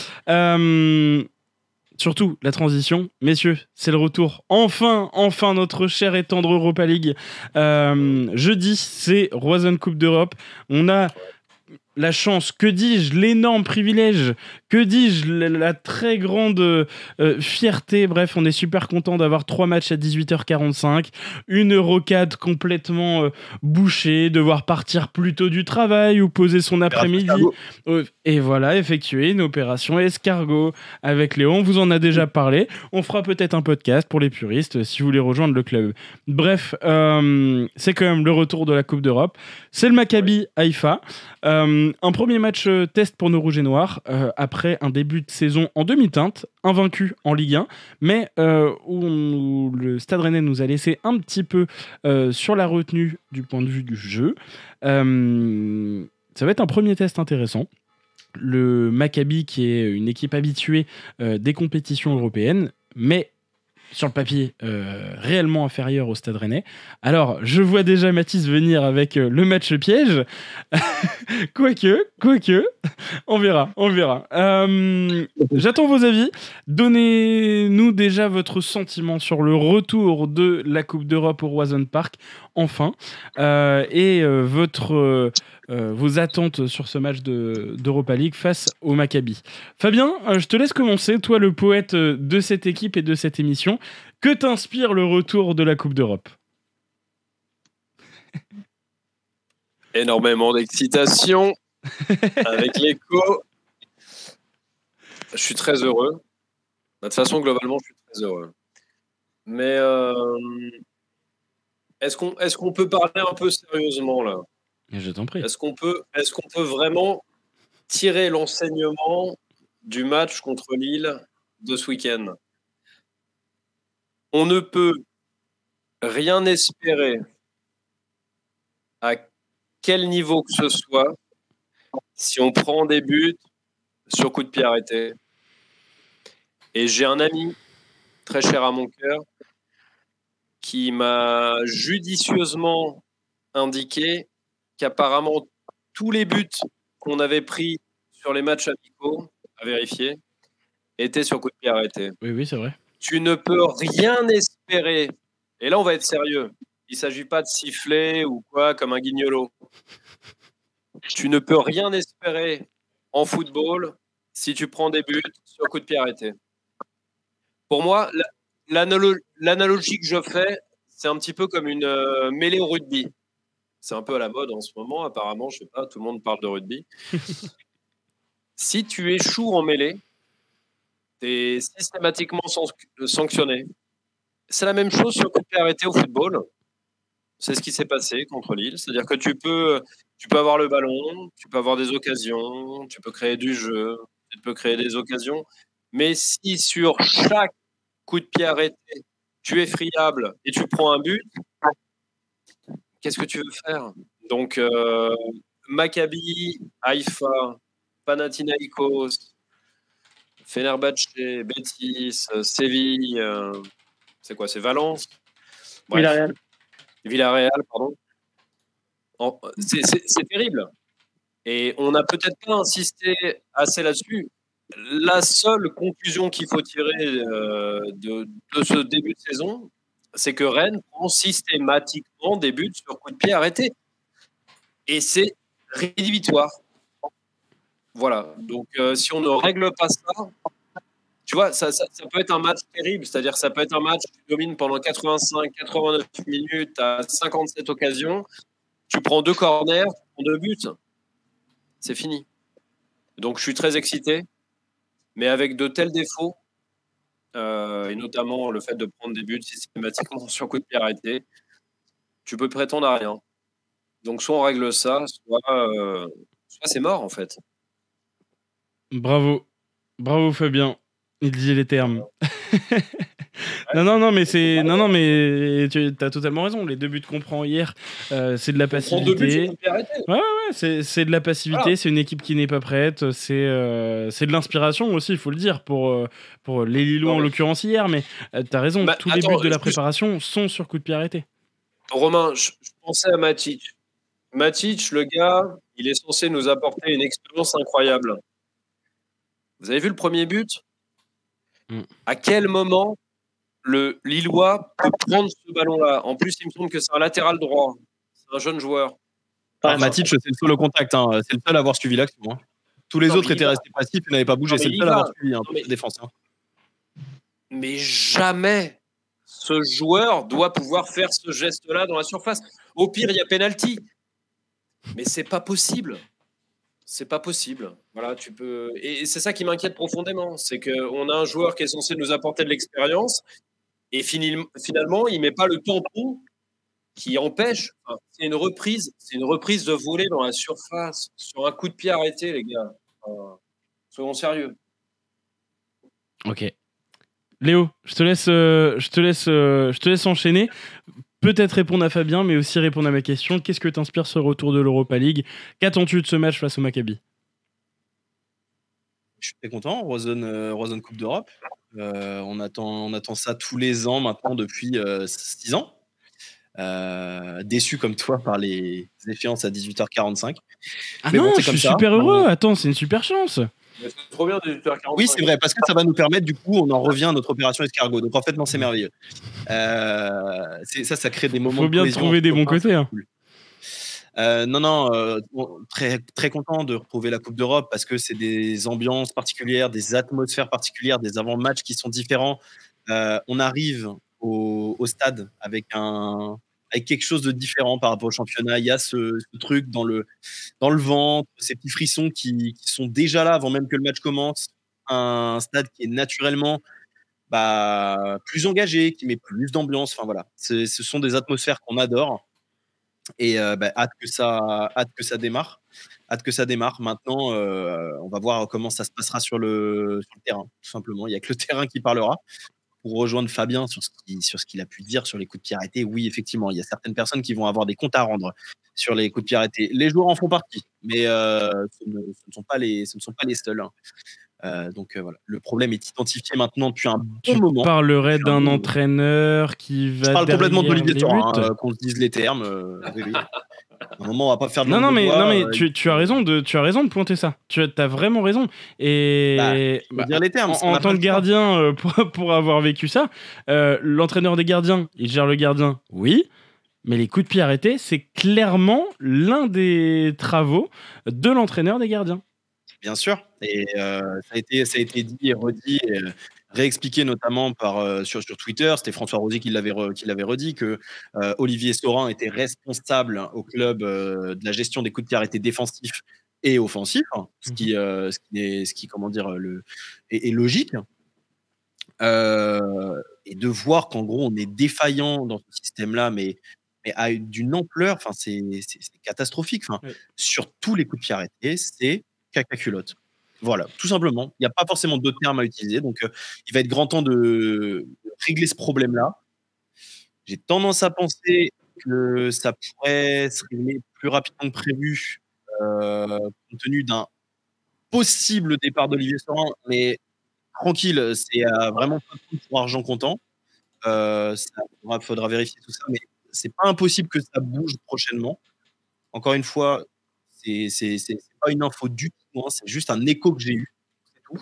Surtout la transition, messieurs, c'est le retour. Enfin, notre chère et tendre Europa League. Jeudi, c'est Roison Coupe d'Europe. On a la chance, que dis-je, l'énorme privilège, que dis-je, la très grande fierté. Bref, on est super content d'avoir 3 matchs à 18h45, une rocade complètement bouchée, devoir partir plus tôt du travail ou poser son après-midi. Et voilà, effectuer une opération escargot avec Léo. On vous en a déjà parlé. On fera peut-être un podcast pour les puristes si vous voulez rejoindre le club. Bref, c'est quand même le retour de la Coupe d'Europe. C'est le Maccabi Haïfa. Un premier match test pour nos Rouges et Noirs après un début de saison en demi-teinte, invaincu en Ligue 1, mais où le Stade Rennais nous a laissé un petit peu sur la retenue du point de vue du jeu. Ça va être un premier test intéressant. Le Maccabi, qui est une équipe habituée des compétitions européennes, mais sur le papier réellement inférieur au Stade Rennais. Alors, je vois déjà Mathis venir avec le match piège. Quoique, on verra. J'attends vos avis. Donnez-nous déjà votre sentiment sur le retour de la Coupe d'Europe au Roison Park, enfin, et vos attentes sur ce match d'Europa League face au Maccabi. Fabien, je te laisse commencer, toi le poète de cette équipe et de cette émission. Que t'inspire le retour de la Coupe d'Europe ? Énormément d'excitation avec l'écho. Je suis très heureux. De toute façon, globalement, je suis très heureux. Mais est-ce qu'on peut parler un peu sérieusement là ? Je t'en prie. Est-ce qu'on peut vraiment tirer l'enseignement du match contre Lille de ce week-end ? On ne peut rien espérer à quel niveau que ce soit si on prend des buts sur coup de pied arrêté. Et j'ai un ami très cher à mon cœur qui m'a judicieusement indiqué qu'apparemment tous les buts qu'on avait pris sur les matchs amicaux, à vérifier, étaient sur coup de pied arrêté. Oui, c'est vrai. Tu ne peux rien espérer. Et là, on va être sérieux. Il ne s'agit pas de siffler ou quoi, comme un guignolo. Tu ne peux rien espérer en football si tu prends des buts sur coup de pied arrêté. Pour moi, l'analogie que je fais, c'est un petit peu comme une mêlée au rugby. C'est un peu à la mode en ce moment, apparemment, je sais pas, tout le monde parle de rugby. Si tu échoues en mêlée, tu es systématiquement sanctionné. C'est la même chose sur le coup de pied arrêté au football. C'est ce qui s'est passé contre Lille. C'est-à-dire que tu peux avoir le ballon, tu peux avoir des occasions, tu peux créer du jeu, tu peux créer des occasions. Mais si sur chaque coup de pied arrêté, tu es friable et tu prends un but, qu'est-ce que tu veux faire? Donc, Maccabi, Haïfa, Panathinaïkos, Fenerbahçe, Betis, Séville, c'est quoi? C'est Valence? Bref. Villarreal, pardon. C'est terrible. Et on n'a peut-être pas insisté assez là-dessus. La seule conclusion qu'il faut tirer de ce début de saison, c'est que Rennes prend systématiquement des buts sur coup de pied arrêté. Et c'est rédhibitoire. Voilà. Donc, si on ne règle pas ça, tu vois, ça peut être un match terrible. C'est-à-dire que ça peut être un match, tu domines pendant 85-89 minutes à 57 occasions, tu prends 2 corners, tu prends 2 buts. C'est fini. Donc, je suis très excité. Mais avec de tels défauts, et notamment le fait de prendre des buts systématiquement sur coup de pied arrêté, tu peux prétendre à rien. Donc, soit on règle ça, soit c'est mort, en fait. Bravo. Bravo, Fabien. Il dit les termes. Non, mais c'est. Non, mais tu as totalement raison. Les 2 buts qu'on prend hier, c'est de la passivité. Ouais, c'est de la passivité. Voilà. C'est une équipe qui n'est pas prête. C'est de l'inspiration aussi, il faut le dire, pour les Lillois en l'occurrence hier. Mais t'as raison, tous les buts de la préparation sont sur coup de pied arrêté. Romain, je pensais à Matic. Matic, le gars, il est censé nous apporter une expérience incroyable. Vous avez vu le premier but ? À quel moment le Lillois peut prendre ce ballon-là? En plus, il me semble que c'est un latéral droit. C'est un jeune joueur. Matic, c'est le seul au contact. Hein. C'est le seul à avoir suivi l'action. Hein. Tous les autres étaient restés passifs et n'avaient pas bougé. C'est le seul à avoir suivi la défense. Hein. Mais jamais ce joueur doit pouvoir faire ce geste-là dans la surface. Au pire, il y a pénalty. Mais c'est pas possible. C'est pas possible. Voilà, tu peux. Et c'est ça qui m'inquiète profondément, c'est qu'on a un joueur qui est censé nous apporter de l'expérience et finalement, il met pas le tampon qui empêche. Enfin, c'est une reprise de volée dans la surface sur un coup de pied arrêté, les gars. Soyons sérieux. Ok. Léo, je te laisse enchaîner. Peut-être répondre à Fabien, mais aussi répondre à ma question. Qu'est-ce que t'inspire ce retour de l'Europa League? Qu'attends-tu de ce match face au Maccabi? Je suis très content. Roison Coupe d'Europe. On attend ça tous les ans maintenant depuis 6 ans. Déçu comme toi par les échéances à 18h45. Ah mais non, je suis super heureux. Attends, c'est une super chance. C'est trop bien, 18h45. Oui, c'est vrai, parce que ça va nous permettre, du coup, on en revient à notre opération escargot. Donc en fait, non, c'est merveilleux. Ça crée des moments. Faut bien trouver des bons côtés. Hein. Très, très content de retrouver la Coupe d'Europe parce que c'est des ambiances particulières, des atmosphères particulières, des avant-matchs qui sont différents. On arrive au stade avec quelque chose de différent par rapport au championnat. Il y a ce truc dans le ventre, ces petits frissons qui sont déjà là avant même que le match commence. Un stade qui est naturellement plus engagé, qui met plus d'ambiance. Enfin voilà, ce sont des atmosphères qu'on adore. Et hâte que ça démarre. Maintenant, on va voir comment ça se passera sur le terrain, tout simplement. Il n'y a que le terrain qui parlera. Pour rejoindre Fabien sur ce qu'il a pu dire sur les coups de pied arrêtés, oui, effectivement, il y a certaines personnes qui vont avoir des comptes à rendre sur les coups de pied arrêtés. Les joueurs en font partie, mais ce ne sont pas les seuls. Hein. Donc voilà, le problème est identifié maintenant depuis un bon moment. Tu parlerais d'un entraîneur qui va. Je parle complètement d'Olivier Thorin, qu'on se dise les termes. Oui. À un moment, on va pas faire de non, mais tu as raison de pointer ça. Tu as vraiment raison. Et dire les termes. En tant que gardien, pour avoir vécu ça, l'entraîneur des gardiens, il gère le gardien, oui. Mais les coups de pied arrêtés, c'est clairement l'un des travaux de l'entraîneur des gardiens. Bien sûr. Et ça a été dit et redit, et réexpliqué notamment sur Twitter. C'était François Rosier qui l'avait redit, que Olivier Thorin était responsable au club de la gestion des coups de pied arrêtés défensifs et offensif, hein, ce qui comment dire, est logique. Et de voir qu'en gros, on est défaillant dans ce système-là, mais d'une ampleur, enfin, c'est catastrophique. Enfin, Ouais. sur tous les coups de pied arrêtés, c'est caca culotte. Voilà, tout simplement. Il n'y a pas forcément d'autres termes à utiliser. Donc, il va être grand temps de régler ce problème-là. J'ai tendance à penser que ça pourrait se régler plus rapidement que prévu, compte tenu d'un possible départ d'Olivier Saurin, mais tranquille, c'est vraiment pas tout pour argent comptant. Faudra vérifier tout ça, mais c'est pas impossible que ça bouge prochainement. Encore une fois, c'est pas une info du tout, hein, c'est juste un écho que j'ai eu, c'est tout.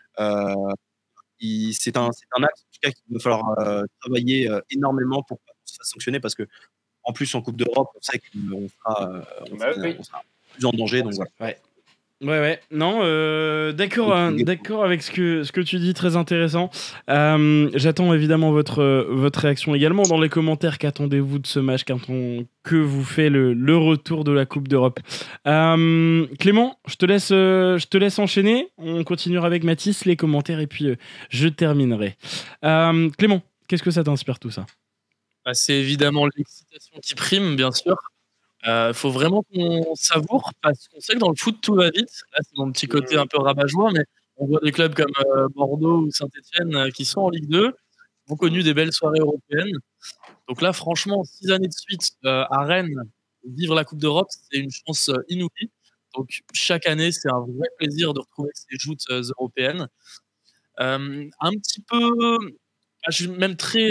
C'est un axe en tout cas qu'il va falloir travailler énormément pour pas qu'on se fasse sanctionner, parce que en plus en Coupe d'Europe, on sait qu'on sera plus en danger. Donc voilà. Ouais. Non, d'accord avec ce que tu dis, très intéressant. J'attends évidemment votre réaction également dans les commentaires. Qu'attendez-vous de ce match que vous fait le retour de la Coupe d'Europe? Clément, je te laisse enchaîner. On continuera avec Mathis, les commentaires, et puis je terminerai. Clément, qu'est-ce que ça t'inspire tout ça? C'est évidemment l'excitation qui prime, bien sûr. Faut vraiment qu'on savoure, parce qu'on sait que dans le foot, tout va vite. Là, c'est mon petit côté un peu rabat-joie, mais on voit des clubs comme Bordeaux ou Saint-Etienne qui sont en Ligue 2, ont connu des belles soirées européennes. Donc là, franchement, 6 années de suite à Rennes, vivre la Coupe d'Europe, c'est une chance inouïe. Donc chaque année, c'est un vrai plaisir de retrouver ces joutes européennes. Un petit peu, je suis même très,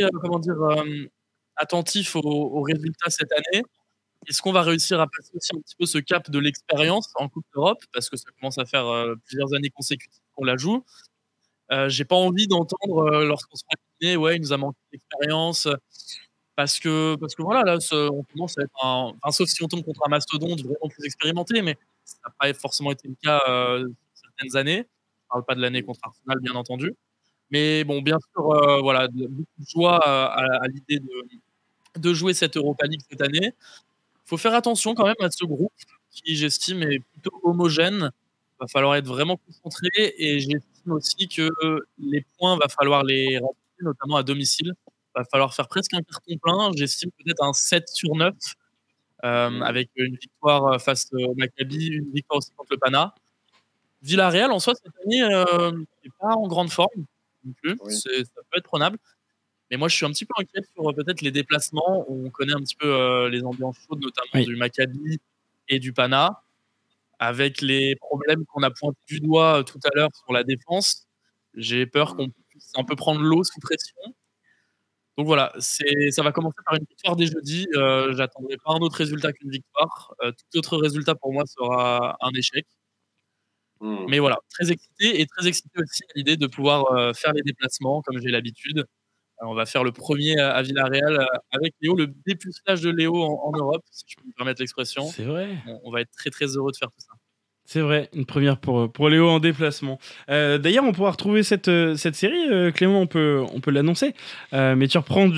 attentif aux résultats cette année. Est-ce qu'on va réussir à passer aussi un petit peu ce cap de l'expérience en Coupe d'Europe, parce que ça commence à faire plusieurs années consécutives qu'on la joue. J'ai pas envie d'entendre lorsqu'on sera éliminé, ouais, il nous a manqué d'expérience, parce que voilà, là, on commence à être sauf si on tombe contre un mastodonte vraiment plus expérimenté, mais ça n'a pas forcément été le cas certaines années. Je parle pas de l'année contre Arsenal, bien entendu. Mais bon, bien sûr, voilà, beaucoup de joie à l'idée de jouer cette Europa League cette année. Il faut faire attention quand même à ce groupe qui, j'estime, est plutôt homogène. Il va falloir être vraiment concentré, et j'estime aussi que les points, va falloir les remplir, notamment à domicile. Il va falloir faire presque un carton plein. J'estime peut-être un 7 sur 9 avec une victoire face au Maccabi, une victoire aussi contre le Pana. Villarreal, en soi, cette année, n'est pas en grande forme non plus. Oui. Ça peut être prenable. Mais moi, je suis un petit peu inquiet sur peut-être les déplacements. On connaît un petit peu les ambiances chaudes, notamment du Maccabi et du Pana, avec les problèmes qu'on a pointés du doigt tout à l'heure sur la défense. J'ai peur qu'on puisse un peu prendre l'eau sous pression. Donc voilà, ça va commencer par une victoire dès jeudi. J'attendrai pas un autre résultat qu'une victoire. Tout autre résultat pour moi sera un échec. Mais voilà, très excité, et très excité aussi à l'idée de pouvoir faire les déplacements comme j'ai l'habitude. On va faire le premier à Villarreal avec Léo, le dépucelage de Léo en Europe, si je peux me permettre l'expression. C'est vrai. On va être très très heureux de faire tout ça. C'est vrai, une première pour Léo en déplacement. D'ailleurs, on pourra retrouver cette série, Clément, on peut l'annoncer. Mais tu reprends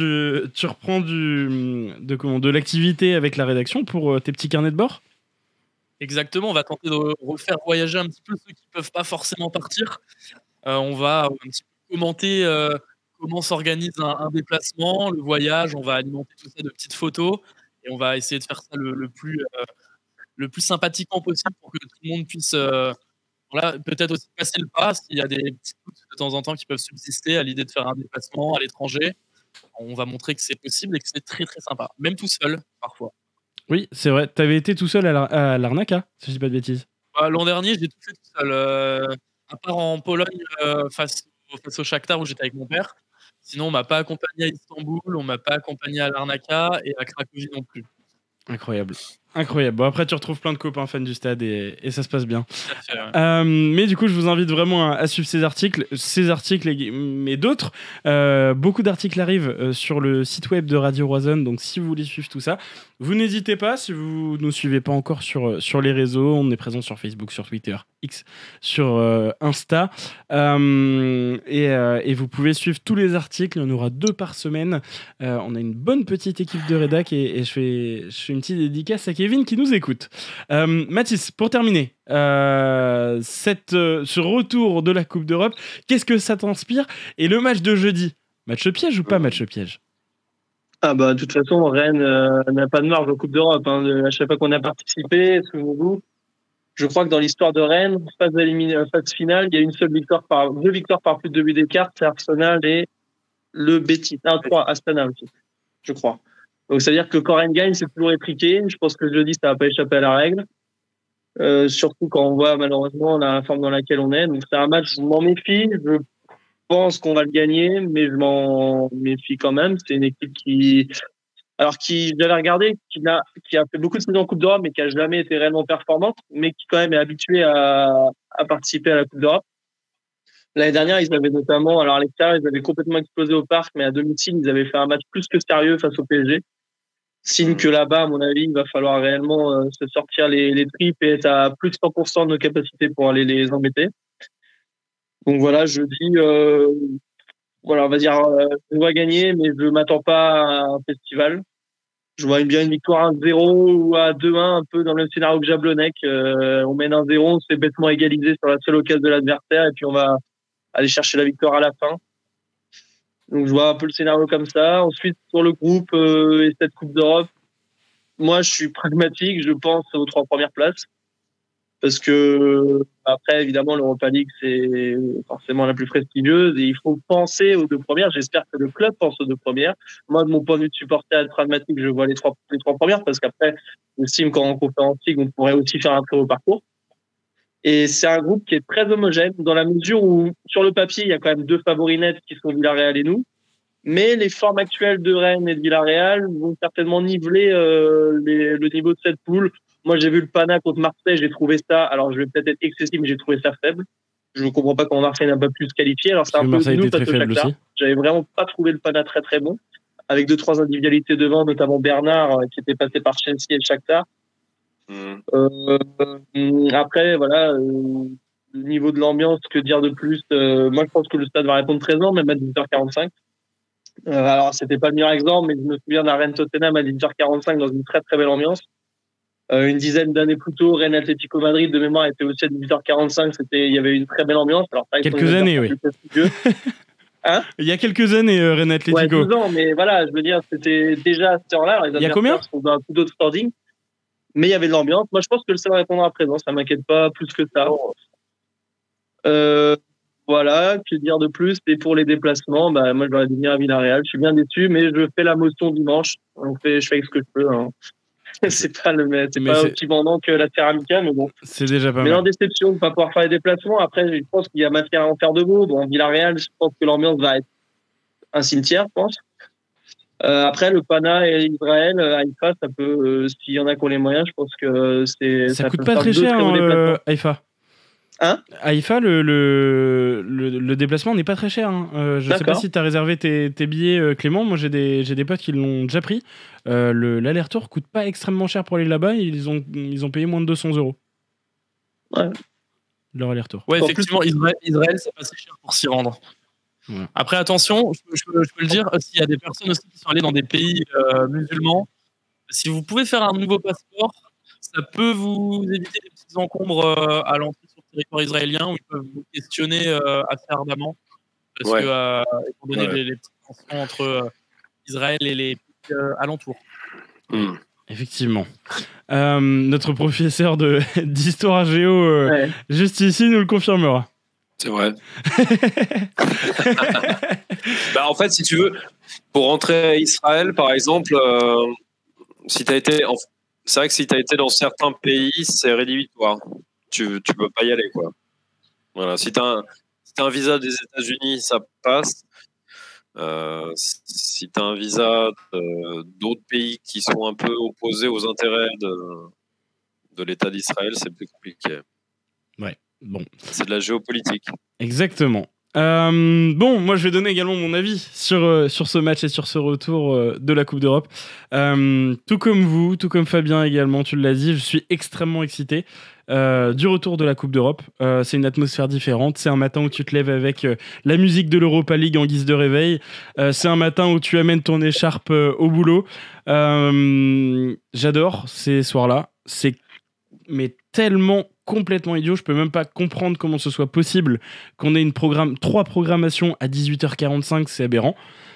de l'activité avec la rédaction pour tes petits carnets de bord. Exactement, on va tenter de refaire voyager un petit peu ceux qui ne peuvent pas forcément partir. On va un petit peu commenter comment s'organise un déplacement, le voyage. On va alimenter tout ça de petites photos, et on va essayer de faire ça le plus sympathiquement possible pour que tout le monde puisse peut-être aussi passer le pas s'il y a des petits doutes de temps en temps qui peuvent subsister à l'idée de faire un déplacement à l'étranger. On va montrer que c'est possible et que c'est très très sympa, même tout seul parfois. Oui, c'est vrai. Tu avais été tout seul à l'Arnaca, si je dis pas de bêtises. L'an dernier, j'ai tout fait tout seul, à part en Pologne face au Shakhtar où j'étais avec mon père. Sinon, on m'a pas accompagné à Istanbul, on m'a pas accompagné à Larnaca et à Cracovie non plus. Incroyable. Bon, après, tu retrouves plein de copains fans du stade et ça se passe bien. Tout à fait, ouais. Mais du coup, je vous invite vraiment à suivre ces articles, mais d'autres. Beaucoup d'articles arrivent sur le site web de Radio Roison, donc si vous voulez suivre tout ça, vous n'hésitez pas. Si vous ne nous suivez pas encore sur les réseaux, on est présent sur Facebook, sur Twitter, X, sur Insta. Et vous pouvez suivre tous les articles. Il y en aura 2 par semaine. On a une bonne petite équipe de rédac et je fais une petite dédicace à Kevin qui nous écoute. Mathis, pour terminer, ce retour de la Coupe d'Europe, qu'est-ce que ça t'inspire? Et le match de jeudi, match piège ou pas match piège? Ah bah de toute façon, Rennes n'a pas de marge en Coupe d'Europe. À chaque fois qu'on a participé, souvenez-vous, je crois que dans l'histoire de Rennes, phase finale, il y a deux victoires par plus de 2 buts d'écart, c'est Arsenal et le Betis. 3, Astana aussi, je crois. Donc ça veut dire que quand Rennes gagne, c'est toujours étriqué. Je pense que jeudi, ça va pas échapper à la règle. Surtout quand on voit malheureusement la forme dans laquelle on est. Donc c'est un match, je m'en méfie. Je pense qu'on va le gagner, mais je m'en méfie quand même. C'est une équipe j'avais regardé, qui a fait beaucoup de saisons en Coupe d'Europe, mais qui a jamais été réellement performante, mais qui quand même est habituée à participer à la Coupe d'Europe. L'année dernière, ils avaient notamment, alors à l'extérieur, ils avaient complètement explosé au parc, mais à domicile, ils avaient fait un match plus que sérieux face au PSG. Signe que là-bas, à mon avis, il va falloir réellement se sortir les tripes et être à plus de 100% de nos capacités pour aller les embêter. Donc voilà, je dis, on va dire, je dois gagner, mais je m'attends pas à un festival. Je vois bien une victoire 1-0 ou à 2-1, un peu dans le même scénario que Jablonec. On mène 1-0, on se fait bêtement égaliser sur la seule occasion de l'adversaire, et puis on va aller chercher la victoire à la fin. Donc je vois un peu le scénario comme ça. Ensuite, sur le groupe et cette Coupe d'Europe, moi je suis pragmatique, je pense aux 3 premières places. Parce que après, évidemment, l'Europa League, c'est forcément la plus prestigieuse et il faut penser aux 2 premières. J'espère que le club pense aux 2 premières. Moi, de mon point de vue de supporter pragmatique, je vois les trois premières parce qu'après, j'estime qu'en Conference League, on pourrait aussi faire un très haut parcours. Et c'est un groupe qui est très homogène dans la mesure où, sur le papier, il y a quand même 2 favoris nets qui sont Villarreal et nous. Mais les formes actuelles de Rennes et de Villarreal vont certainement niveler le niveau de cette poule. Moi, j'ai vu le Pana contre Marseille, j'ai trouvé ça, alors je vais peut-être être excessif, mais j'ai trouvé ça faible. Je ne comprends pas comment Marseille n'a pas pu se qualifier. Alors c'est un peu Marseille nous était face très au faible Shakhtar. aussi. J'avais vraiment pas trouvé le Pana très très bon, avec 2-3 individualités devant, notamment Bernard qui était passé par Chelsea et le Shakhtar. Après, voilà, le niveau de l'ambiance, que dire de plus? Moi, je pense que le stade va répondre présent, même à 18h45. Alors, c'était pas le meilleur exemple, mais je me souviens d'un Rennes Tottenham à 18h45 dans une très très belle ambiance. Une dizaine d'années plus tôt, Rennes Atlético Madrid de mémoire était aussi à 18h45. Il y avait une très belle ambiance. Alors, quelques années, oui. Hein? Il y a quelques années, Rennes Atlético. Ouais, 12 ans, mais voilà, je veux dire, c'était déjà à cette heure-là. Il y a combien? Sont dans un tout d'autre standing. Mais il y avait de l'ambiance. Moi, je pense que le stade répondra à présent. Ça m'inquiète pas plus que ça. Voilà, que dire de plus? Et pour les déplacements, moi, je vais venir à Villarreal. Je suis bien déçu, mais je fais la motion dimanche. Je fais avec ce que je peux. Hein. C'est pas aussi vendant que la terre amicale, mais bon. C'est déjà pas mal. Mais en déception de ne pas pouvoir faire les déplacements. Après, je pense qu'il y a matière à en faire de beau. Bon, Villarreal, je pense que l'ambiance va être un cimetière, je pense. Après, le Pana et Israël, Haïfa, ça peut, s'il y en a qui ont les moyens, je pense que ça coûte pas très cher, Haïfa. Hein? Haïfa, le déplacement n'est pas très cher. Hein. Je sais pas si tu as réservé tes billets, Clément. Moi, j'ai des potes qui l'ont déjà pris. L'aller-retour coûte pas extrêmement cher pour aller là-bas. Ils ont payé moins de 200 €. Ouais. Leur aller-retour. Ouais, effectivement, Israël, c'est pas si cher pour s'y rendre. Ouais. Après, attention, je peux le dire, s'il y a des personnes aussi qui sont allées dans des pays musulmans, si vous pouvez faire un nouveau passeport, ça peut vous éviter des petits encombres à l'entrée sur le territoire israélien où ils peuvent vous questionner assez ardemment. Parce que, étant donné les petites tensions entre Israël et les pays alentours. Effectivement. Notre professeur d'histoire géo, juste ici, nous le confirmera. C'est vrai. En fait, si tu veux, pour rentrer à Israël, par exemple, si tu as été... C'est vrai que si tu as été dans certains pays, c'est rédhibitoire. Tu peux pas y aller, quoi. Voilà. Si tu as un visa des États-Unis, ça passe. Si tu as un visa d'autres pays qui sont un peu opposés aux intérêts de l'État d'Israël, c'est plus compliqué. Ouais, bon. C'est de la géopolitique. Exactement. Bon, moi je vais donner également mon avis sur ce match et sur ce retour de la Coupe d'Europe. Tout comme vous, tout comme Fabien également, tu l'as dit, je suis extrêmement excité. du retour de la Coupe d'Europe. C'est une atmosphère différente. C'est un matin où tu te lèves avec la musique de l'Europa League en guise de réveil. C'est un matin où tu amènes ton écharpe au boulot. J'adore ces soirs-là. C'est mais tellement complètement idiot. Je peux même pas comprendre comment ce soit possible qu'on ait 3 programmations à 18h45. C'est aberrant.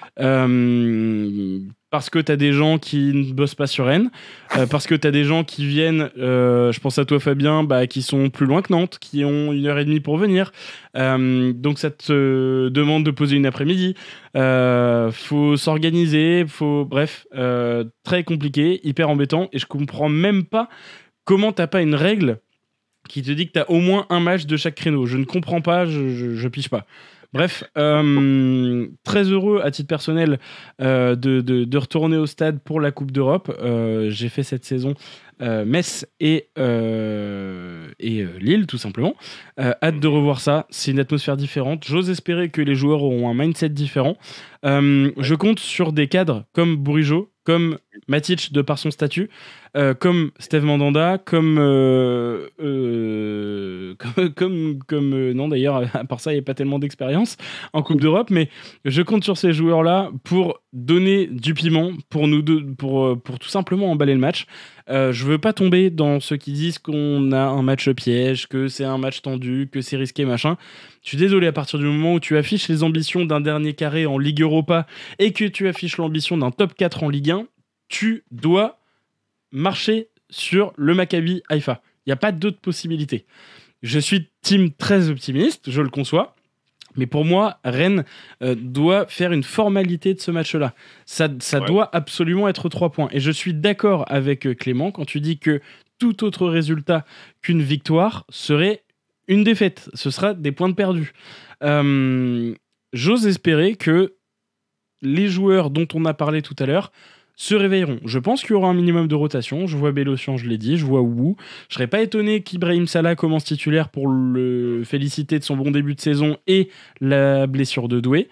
Parce que t'as des gens qui ne bossent pas sur Rennes, parce que t'as des gens qui viennent, je pense à toi Fabien, qui sont plus loin que Nantes, qui ont 1h30 pour venir, donc ça te demande de poser une après-midi, faut s'organiser, bref, très compliqué, hyper embêtant, et je comprends même pas comment t'as pas une règle qui te dit que t'as au moins un match de chaque créneau. Je ne comprends pas, je pige pas. Bref, très heureux à titre personnel de retourner au stade pour la Coupe d'Europe. J'ai fait cette saison Metz et Lille, tout simplement. Hâte de revoir ça. C'est une atmosphère différente. J'ose espérer que les joueurs auront un mindset différent. Je compte sur des cadres comme Bourigeaud, comme Matic de par son statut, comme Steve Mandanda, comme non d'ailleurs à part ça il n'y a pas tellement d'expérience en Coupe d'Europe, mais je compte sur ces joueurs-là pour donner du piment, pour tout simplement emballer le match. Je veux pas tomber dans ceux qui disent qu'on a un match piège, que c'est un match tendu, que c'est risqué, machin. Je suis désolé, à partir du moment où tu affiches les ambitions d'un dernier carré en Ligue Europa et que tu affiches l'ambition d'un top 4 en Ligue 1, tu dois marcher sur le Maccabi Haïfa. Il n'y a pas d'autre possibilité. Je suis team très optimiste, je le conçois. Mais pour moi, Rennes doit faire une formalité de ce match-là. Ça doit absolument être 3 points. Et je suis d'accord avec Clément quand tu dis que tout autre résultat qu'une victoire serait une défaite. Ce sera des points de perdus. J'ose espérer que les joueurs dont on a parlé tout à l'heure se réveilleront. Je pense qu'il y aura un minimum de rotation. Je vois Bélocian, je l'ai dit, je vois Wu. Je serais pas étonné qu'Ibrahim Salah commence titulaire pour le féliciter de son bon début de saison et la blessure de Doué.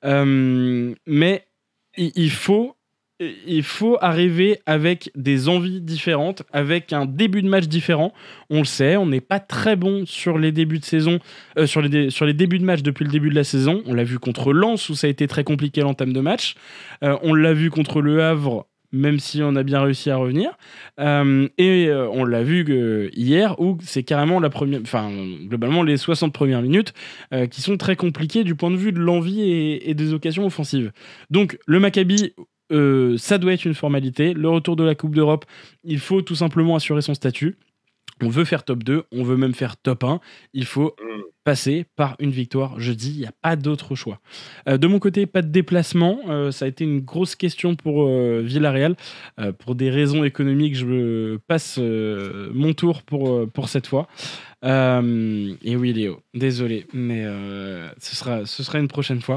Mais il faut arriver avec des envies différentes, avec un début de match différent. On le sait, on n'est pas très bon sur les débuts de saison, sur les débuts de match depuis le début de la saison. On l'a vu contre Lens où ça a été très compliqué à l'entame de match. On l'a vu contre Le Havre, même si on a bien réussi à revenir. Et on l'a vu hier où c'est carrément globalement les 60 premières minutes qui sont très compliquées du point de vue de l'envie et des occasions offensives. Donc le Maccabi, ça doit être une formalité. Le retour de la Coupe d'Europe, il faut tout simplement assurer son statut. On veut faire top 2, on veut même faire top 1. Il faut passer par une victoire jeudi, il n'y a pas d'autre choix. De mon côté, pas de déplacement. Ça a été une grosse question pour Villarreal. Pour des raisons économiques, je passe mon tour pour cette fois. Et oui, Léo, désolé, mais ce sera une prochaine fois.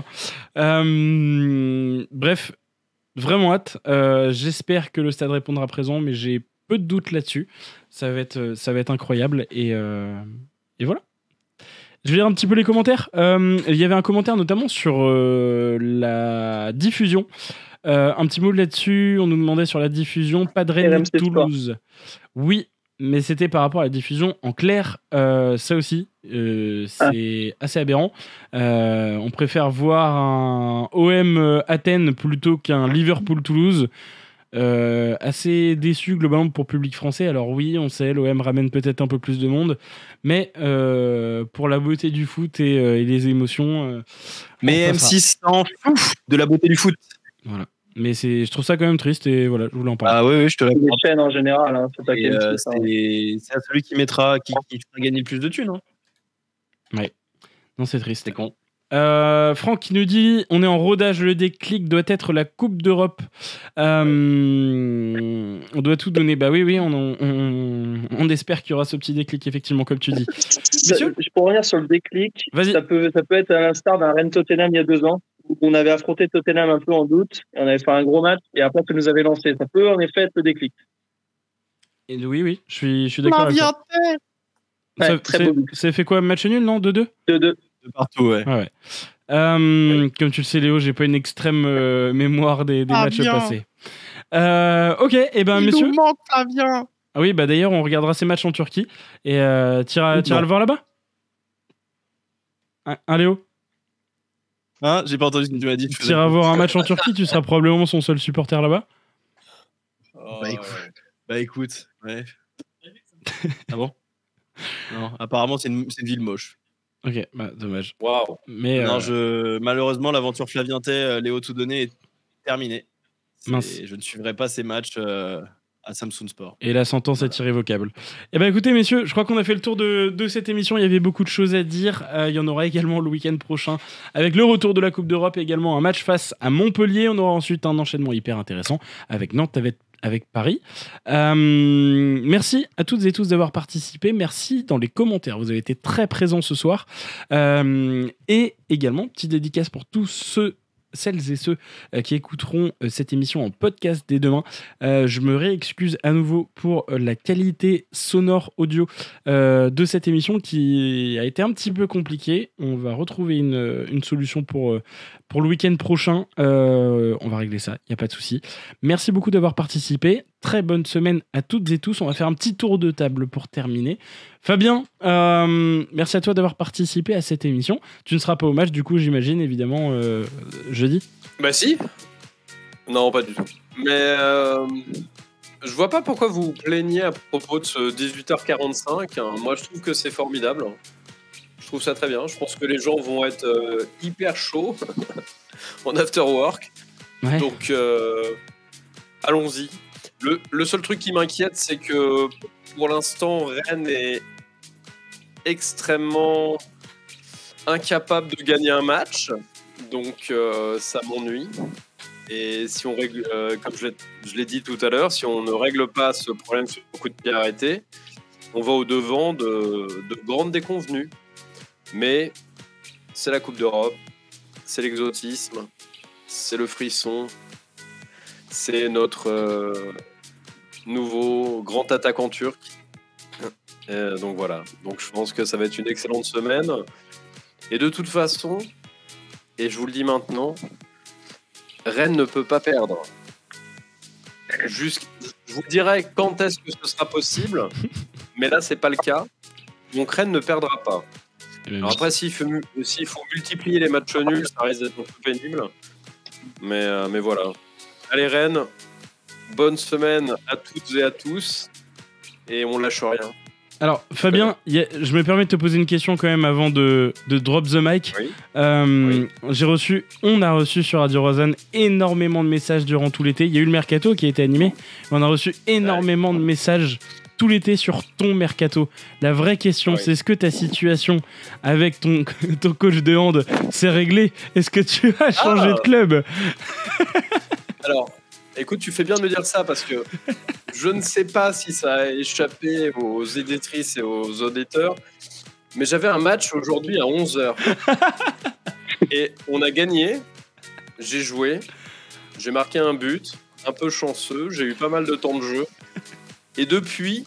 Bref, vraiment hâte. J'espère que le stade répondra présent, mais j'ai peu de doutes là-dessus. Ça va être incroyable. Et voilà. Je vais lire un petit peu les commentaires. Il y avait un commentaire notamment sur la diffusion. Un petit mot là-dessus. On nous demandait sur la diffusion. Pas de Rennes Toulouse. Oui, mais c'était par rapport à la diffusion en clair. Ça aussi, c'est assez aberrant. On préfère voir un OM Athènes plutôt qu'un Liverpool Toulouse. Assez déçu globalement pour le public français. Alors oui, on sait, l'OM ramène peut-être un peu plus de monde, mais pour la beauté du foot et les émotions... mais M6 s'en fout de la beauté du foot. Voilà. Mais je trouve ça quand même triste et voilà, je voulais en parler. Ah oui, je te réponds. Les chaînes en général, hein, c'est pas c'est à celui qui fera gagner le plus de thunes. Hein. Ouais. Non, c'est triste. C'est con. Franck qui nous dit on est en rodage, le déclic doit être la Coupe d'Europe. On doit tout donner. Bah oui, on espère qu'il y aura ce petit déclic, effectivement, comme tu dis. Monsieur, pour revenir sur le déclic, ça peut être à l'instar d'un Rennes Tottenham il y a 2 ans où on avait affronté Tottenham un peu en doute et on avait fait un gros match et après ça nous avait lancé. Ça peut en effet être le déclic. Et oui, je suis d'accord avec toi. Ça fait quoi, match nul, non? 2-2 2-2 partout, ouais. Comme tu le sais, Léo, j'ai pas une extrême mémoire des matchs passés. Ok, et ben messieurs. Il nous manque Flavien. Ah oui, bah d'ailleurs, on regardera ces matchs en Turquie. Et t'iras le voir là-bas ? Hein, Léo ? Hein, j'ai pas entendu ce que tu m'as dit. T'iras voir un match en Turquie, tu seras probablement son seul supporter là-bas. Bah écoute, ouais. Ah bon ? Non, apparemment c'est une ville moche. Ok, bah dommage. Waouh. Mais Non, malheureusement l'aventure Flavien Tay, Léo Toudonné est terminée. Mince. Je ne suivrai pas ces matchs à Samsung Sport. Et la sentence est irrévocable. Eh ben écoutez messieurs, je crois qu'on a fait le tour de cette émission. Il y avait beaucoup de choses à dire. Il y en aura également le week-end prochain avec le retour de la Coupe d'Europe et également un match face à Montpellier. On aura ensuite un enchaînement hyper intéressant avec Nantes avec Paris. Merci à toutes et tous d'avoir participé. Merci dans les commentaires. Vous avez été très présents ce soir. Et également, petite dédicace pour tous celles et ceux qui écouteront cette émission en podcast dès demain. Je me réexcuse à nouveau pour la qualité sonore audio de cette émission qui a été un petit peu compliquée. On va retrouver une solution pour le week-end prochain. On va régler ça, il n'y a pas de souci. Merci beaucoup d'avoir participé. Très bonne semaine à toutes et tous. On va faire un petit tour de table pour terminer. Fabien, merci à toi d'avoir participé à cette émission. Tu ne seras pas au match, du coup, j'imagine, évidemment, jeudi. Bah si. Non, pas du tout. Mais je vois pas pourquoi vous vous plaignez à propos de ce 18h45. Hein. Moi, je trouve que c'est formidable. Je trouve ça très bien. Je pense que les gens vont être hyper chauds en after work. Ouais. Donc, allons-y. Le seul truc qui m'inquiète, c'est que pour l'instant, Rennes est extrêmement incapable de gagner un match. Donc, ça m'ennuie. Et si on règle, comme je l'ai dit tout à l'heure, si on ne règle pas ce problème sur le coup de pied arrêté, on va au-devant de grandes déconvenues. Mais c'est la Coupe d'Europe, c'est l'exotisme, c'est le frisson, c'est notre nouveau grand attaquant turc. Donc voilà, donc je pense que ça va être une excellente semaine. Et de toute façon, et je vous le dis maintenant, Rennes ne peut pas perdre. Je vous dirai quand est-ce que ce sera possible, mais là c'est pas le cas. Donc Rennes ne perdra pas. Alors après, s'il faut multiplier les matchs nuls, ça risque d'être un peu pénible. Mais voilà. Allez Rennes, bonne semaine à toutes et à tous. Et on lâche rien. Alors Fabien, je me permets de te poser une question quand même avant de drop the mic. Oui. Oui. On a reçu sur Radio Rosanne énormément de messages durant tout l'été. Il y a eu le mercato qui a été animé. On a reçu énormément de messages tout l'été sur ton mercato. La vraie question, c'est est-ce que ta situation avec ton coach de hand s'est réglée ? Est-ce que tu as changé de club ? Alors, écoute, tu fais bien de me dire ça parce que je ne sais pas si ça a échappé aux éditrices et aux auditeurs, mais j'avais un match aujourd'hui à 11h. Et on a gagné, j'ai joué, j'ai marqué un but, un peu chanceux, j'ai eu pas mal de temps de jeu. Et depuis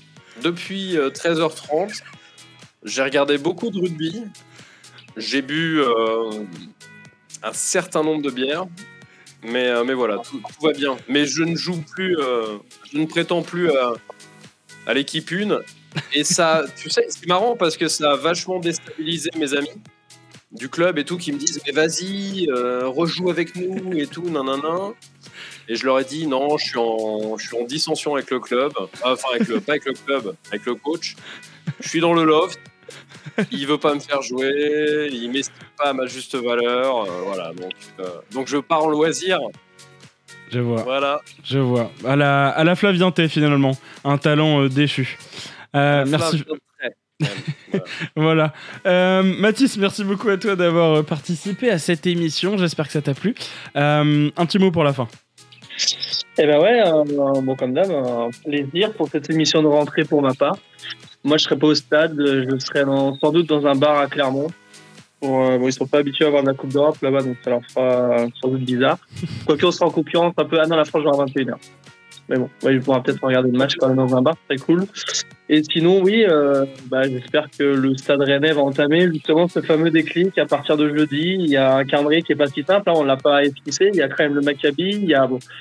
13h30, j'ai regardé beaucoup de rugby, j'ai bu un certain nombre de bières, mais voilà, tout va bien. Mais je ne joue plus, je ne prétends plus à l'équipe 1. Et ça, tu sais, c'est marrant parce que ça a vachement déstabilisé mes amis du club et tout, qui me disent « Mais vas-y, rejoue avec nous et tout, nanana ». Et je leur ai dit non, je suis en dissension avec le club, enfin pas avec le club, avec le coach. Je suis dans le loft, il veut pas me faire jouer, il m'estime pas à ma juste valeur, voilà. Donc je pars en loisir. Je vois. Voilà. Je vois. À la Flavien Tay finalement, un talent déchu. Merci. Voilà. Mathis, merci beaucoup à toi d'avoir participé à cette émission. J'espère que ça t'a plu. Un petit mot pour la fin. Eh ben ouais, bon comme d'hab, un plaisir pour cette émission de rentrée pour ma part. Moi, je serai pas au stade, je serai sans doute dans un bar à Clermont. Ils sont pas habitués à avoir de la Coupe d'Europe là-bas, donc ça leur fera sans doute bizarre. Quoique on sera en concurrence un peu. Ah non, la France jouera à 21h. Mais bon, il pourra peut-être regarder le match quand même dans un bar, c'est très cool. Et sinon, oui, j'espère que le Stade Rennais va entamer justement ce fameux déclic à partir de jeudi. Il y a un calendrier qui est pas si simple, hein, on l'a pas esquissé. Il y a quand même le Maccabi, il y a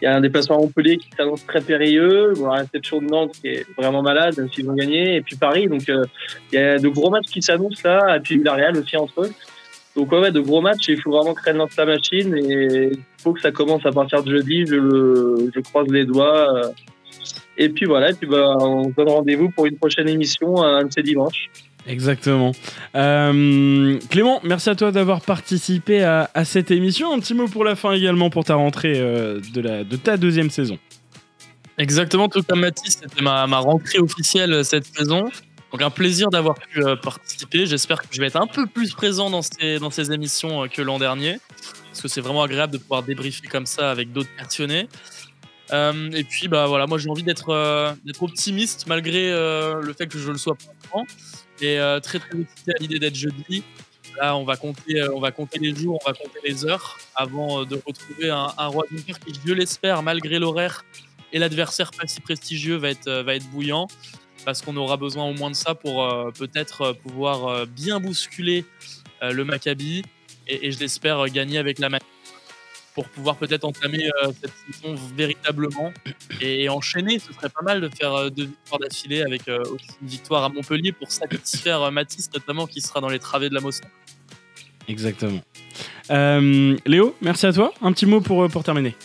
y a un déplacement à Montpellier qui s'annonce très périlleux, bon, la réception de Nantes qui est vraiment malade, même s'ils ont gagné, et puis Paris. Donc, il y a de gros matchs qui s'annoncent là, et puis Villarreal aussi entre eux. Donc, ouais, de gros matchs, il faut vraiment que Rennes lance la machine, et il faut que ça commence à partir de jeudi. Je croise les doigts. Et puis voilà, on se donne rendez-vous pour une prochaine émission, un de ces dimanches. Exactement. Clément, merci à toi d'avoir participé à cette émission. Un petit mot pour la fin également pour ta rentrée de ta deuxième saison. Exactement, tout comme Mathis, c'était ma rentrée officielle cette saison. Donc un plaisir d'avoir pu participer. J'espère que je vais être un peu plus présent dans ces émissions que l'an dernier. Parce que c'est vraiment agréable de pouvoir débriefer comme ça avec d'autres passionnés. Et puis voilà, moi j'ai envie d'être optimiste malgré le fait que je ne le sois pas encore. Et très très excité à l'idée d'être jeudi. Là, on va compter les jours, on va compter les heures avant de retrouver un Roison Park qui, je l'espère, malgré l'horaire et l'adversaire pas si prestigieux, va être bouillant, parce qu'on aura besoin au moins de ça pour peut-être pouvoir bien bousculer le Maccabi et je l'espère gagner avec la Maccabi pour pouvoir peut-être entamer cette saison véritablement et enchaîner. Ce serait pas mal de faire 2 victoires d'affilée avec aussi une victoire à Montpellier pour satisfaire Mathis notamment qui sera dans les travées de la Mosson. Exactement. Léo, merci à toi. Un petit mot pour terminer.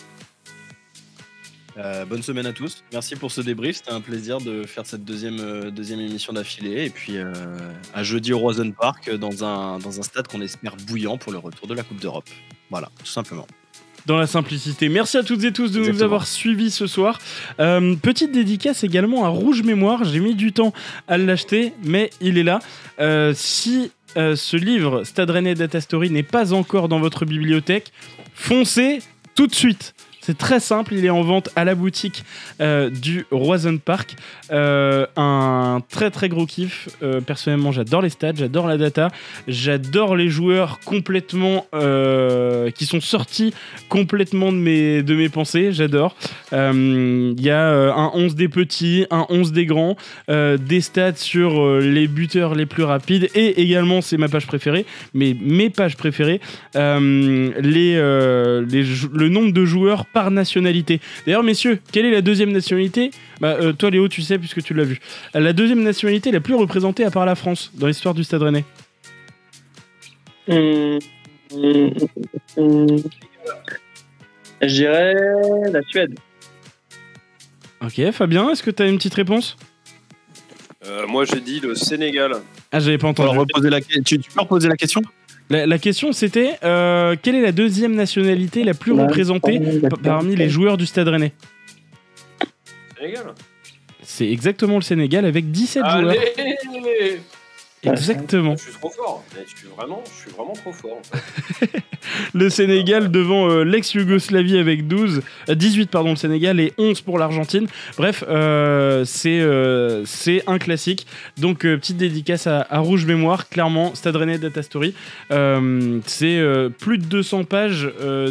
Bonne semaine à tous. Merci pour ce débrief. C'était un plaisir de faire cette deuxième émission d'affilée. Et puis à jeudi au Roison Park dans un stade qu'on espère bouillant pour le retour de la Coupe d'Europe. Voilà, tout simplement. Dans la simplicité. Merci à toutes et tous de nous avoir suivis ce soir. Petite dédicace également à Rouge Mémoire. J'ai mis du temps à l'acheter, mais il est là. Si ce livre, Stade Rennais Data Story, n'est pas encore dans votre bibliothèque, foncez tout de suite. C'est très simple, il est en vente à la boutique du Roison Park. Un très très gros kiff. Personnellement, j'adore les stats, j'adore la data, j'adore les joueurs complètement qui sont sortis complètement de mes pensées. J'adore. Il y a un 11 des petits, un 11 des grands, des stats sur les buteurs les plus rapides et également, c'est ma page préférée, mais mes pages préférées, le nombre de joueurs par nationalité. D'ailleurs, messieurs, quelle est la deuxième nationalité ? Toi, Léo, tu sais, puisque tu l'as vu. La deuxième nationalité la plus représentée à part la France dans l'histoire du Stade Rennais. Je dirais la Suède. Ok, Fabien, est-ce que tu as une petite réponse ? Moi, j'ai dit le Sénégal. Ah, j'avais pas entendu. Alors, tu peux reposer la question ? La question, c'était quelle est la deuxième nationalité la plus représentée parmi les joueurs du Stade Rennais ? Sénégal. C'est exactement le Sénégal avec 17 joueurs. Exactement. Je suis trop fort. Je suis vraiment trop fort. En fait. Le Sénégal devant l'ex-Yougoslavie avec 18 le Sénégal et 11 pour l'Argentine. Bref, c'est un classique. Donc petite dédicace à Rouge Mémoire, clairement, Stade Rennais Data Story. C'est plus de 200 pages,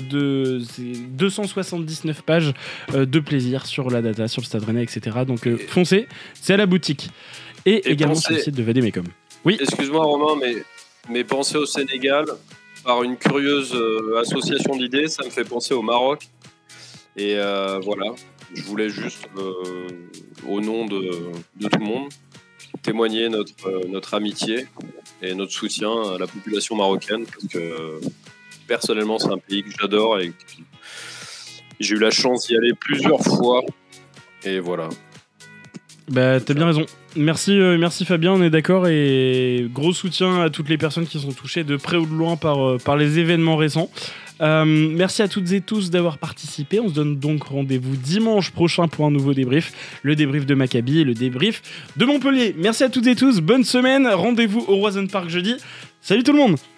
279 pages de plaisir sur la data, sur le Stade Rennais, etc. Donc foncez, c'est à la boutique. Et également sur le site de Vademecum. Oui. Excuse-moi Romain, mais penser au Sénégal par une curieuse association d'idées, ça me fait penser au Maroc. Et voilà, je voulais juste, au nom de tout le monde, témoigner notre amitié et notre soutien à la population marocaine, parce que personnellement, c'est un pays que j'adore et j'ai eu la chance d'y aller plusieurs fois. Et voilà. Bah, t'as bien raison. Merci Fabien, on est d'accord, et gros soutien à toutes les personnes qui sont touchées de près ou de loin par les événements récents. Merci à toutes et tous d'avoir participé. On se donne donc rendez-vous dimanche prochain pour un nouveau débrief. Le débrief de Maccabi et le débrief de Montpellier. Merci à toutes et tous, bonne semaine. Rendez-vous au Roison Park jeudi. Salut tout le monde!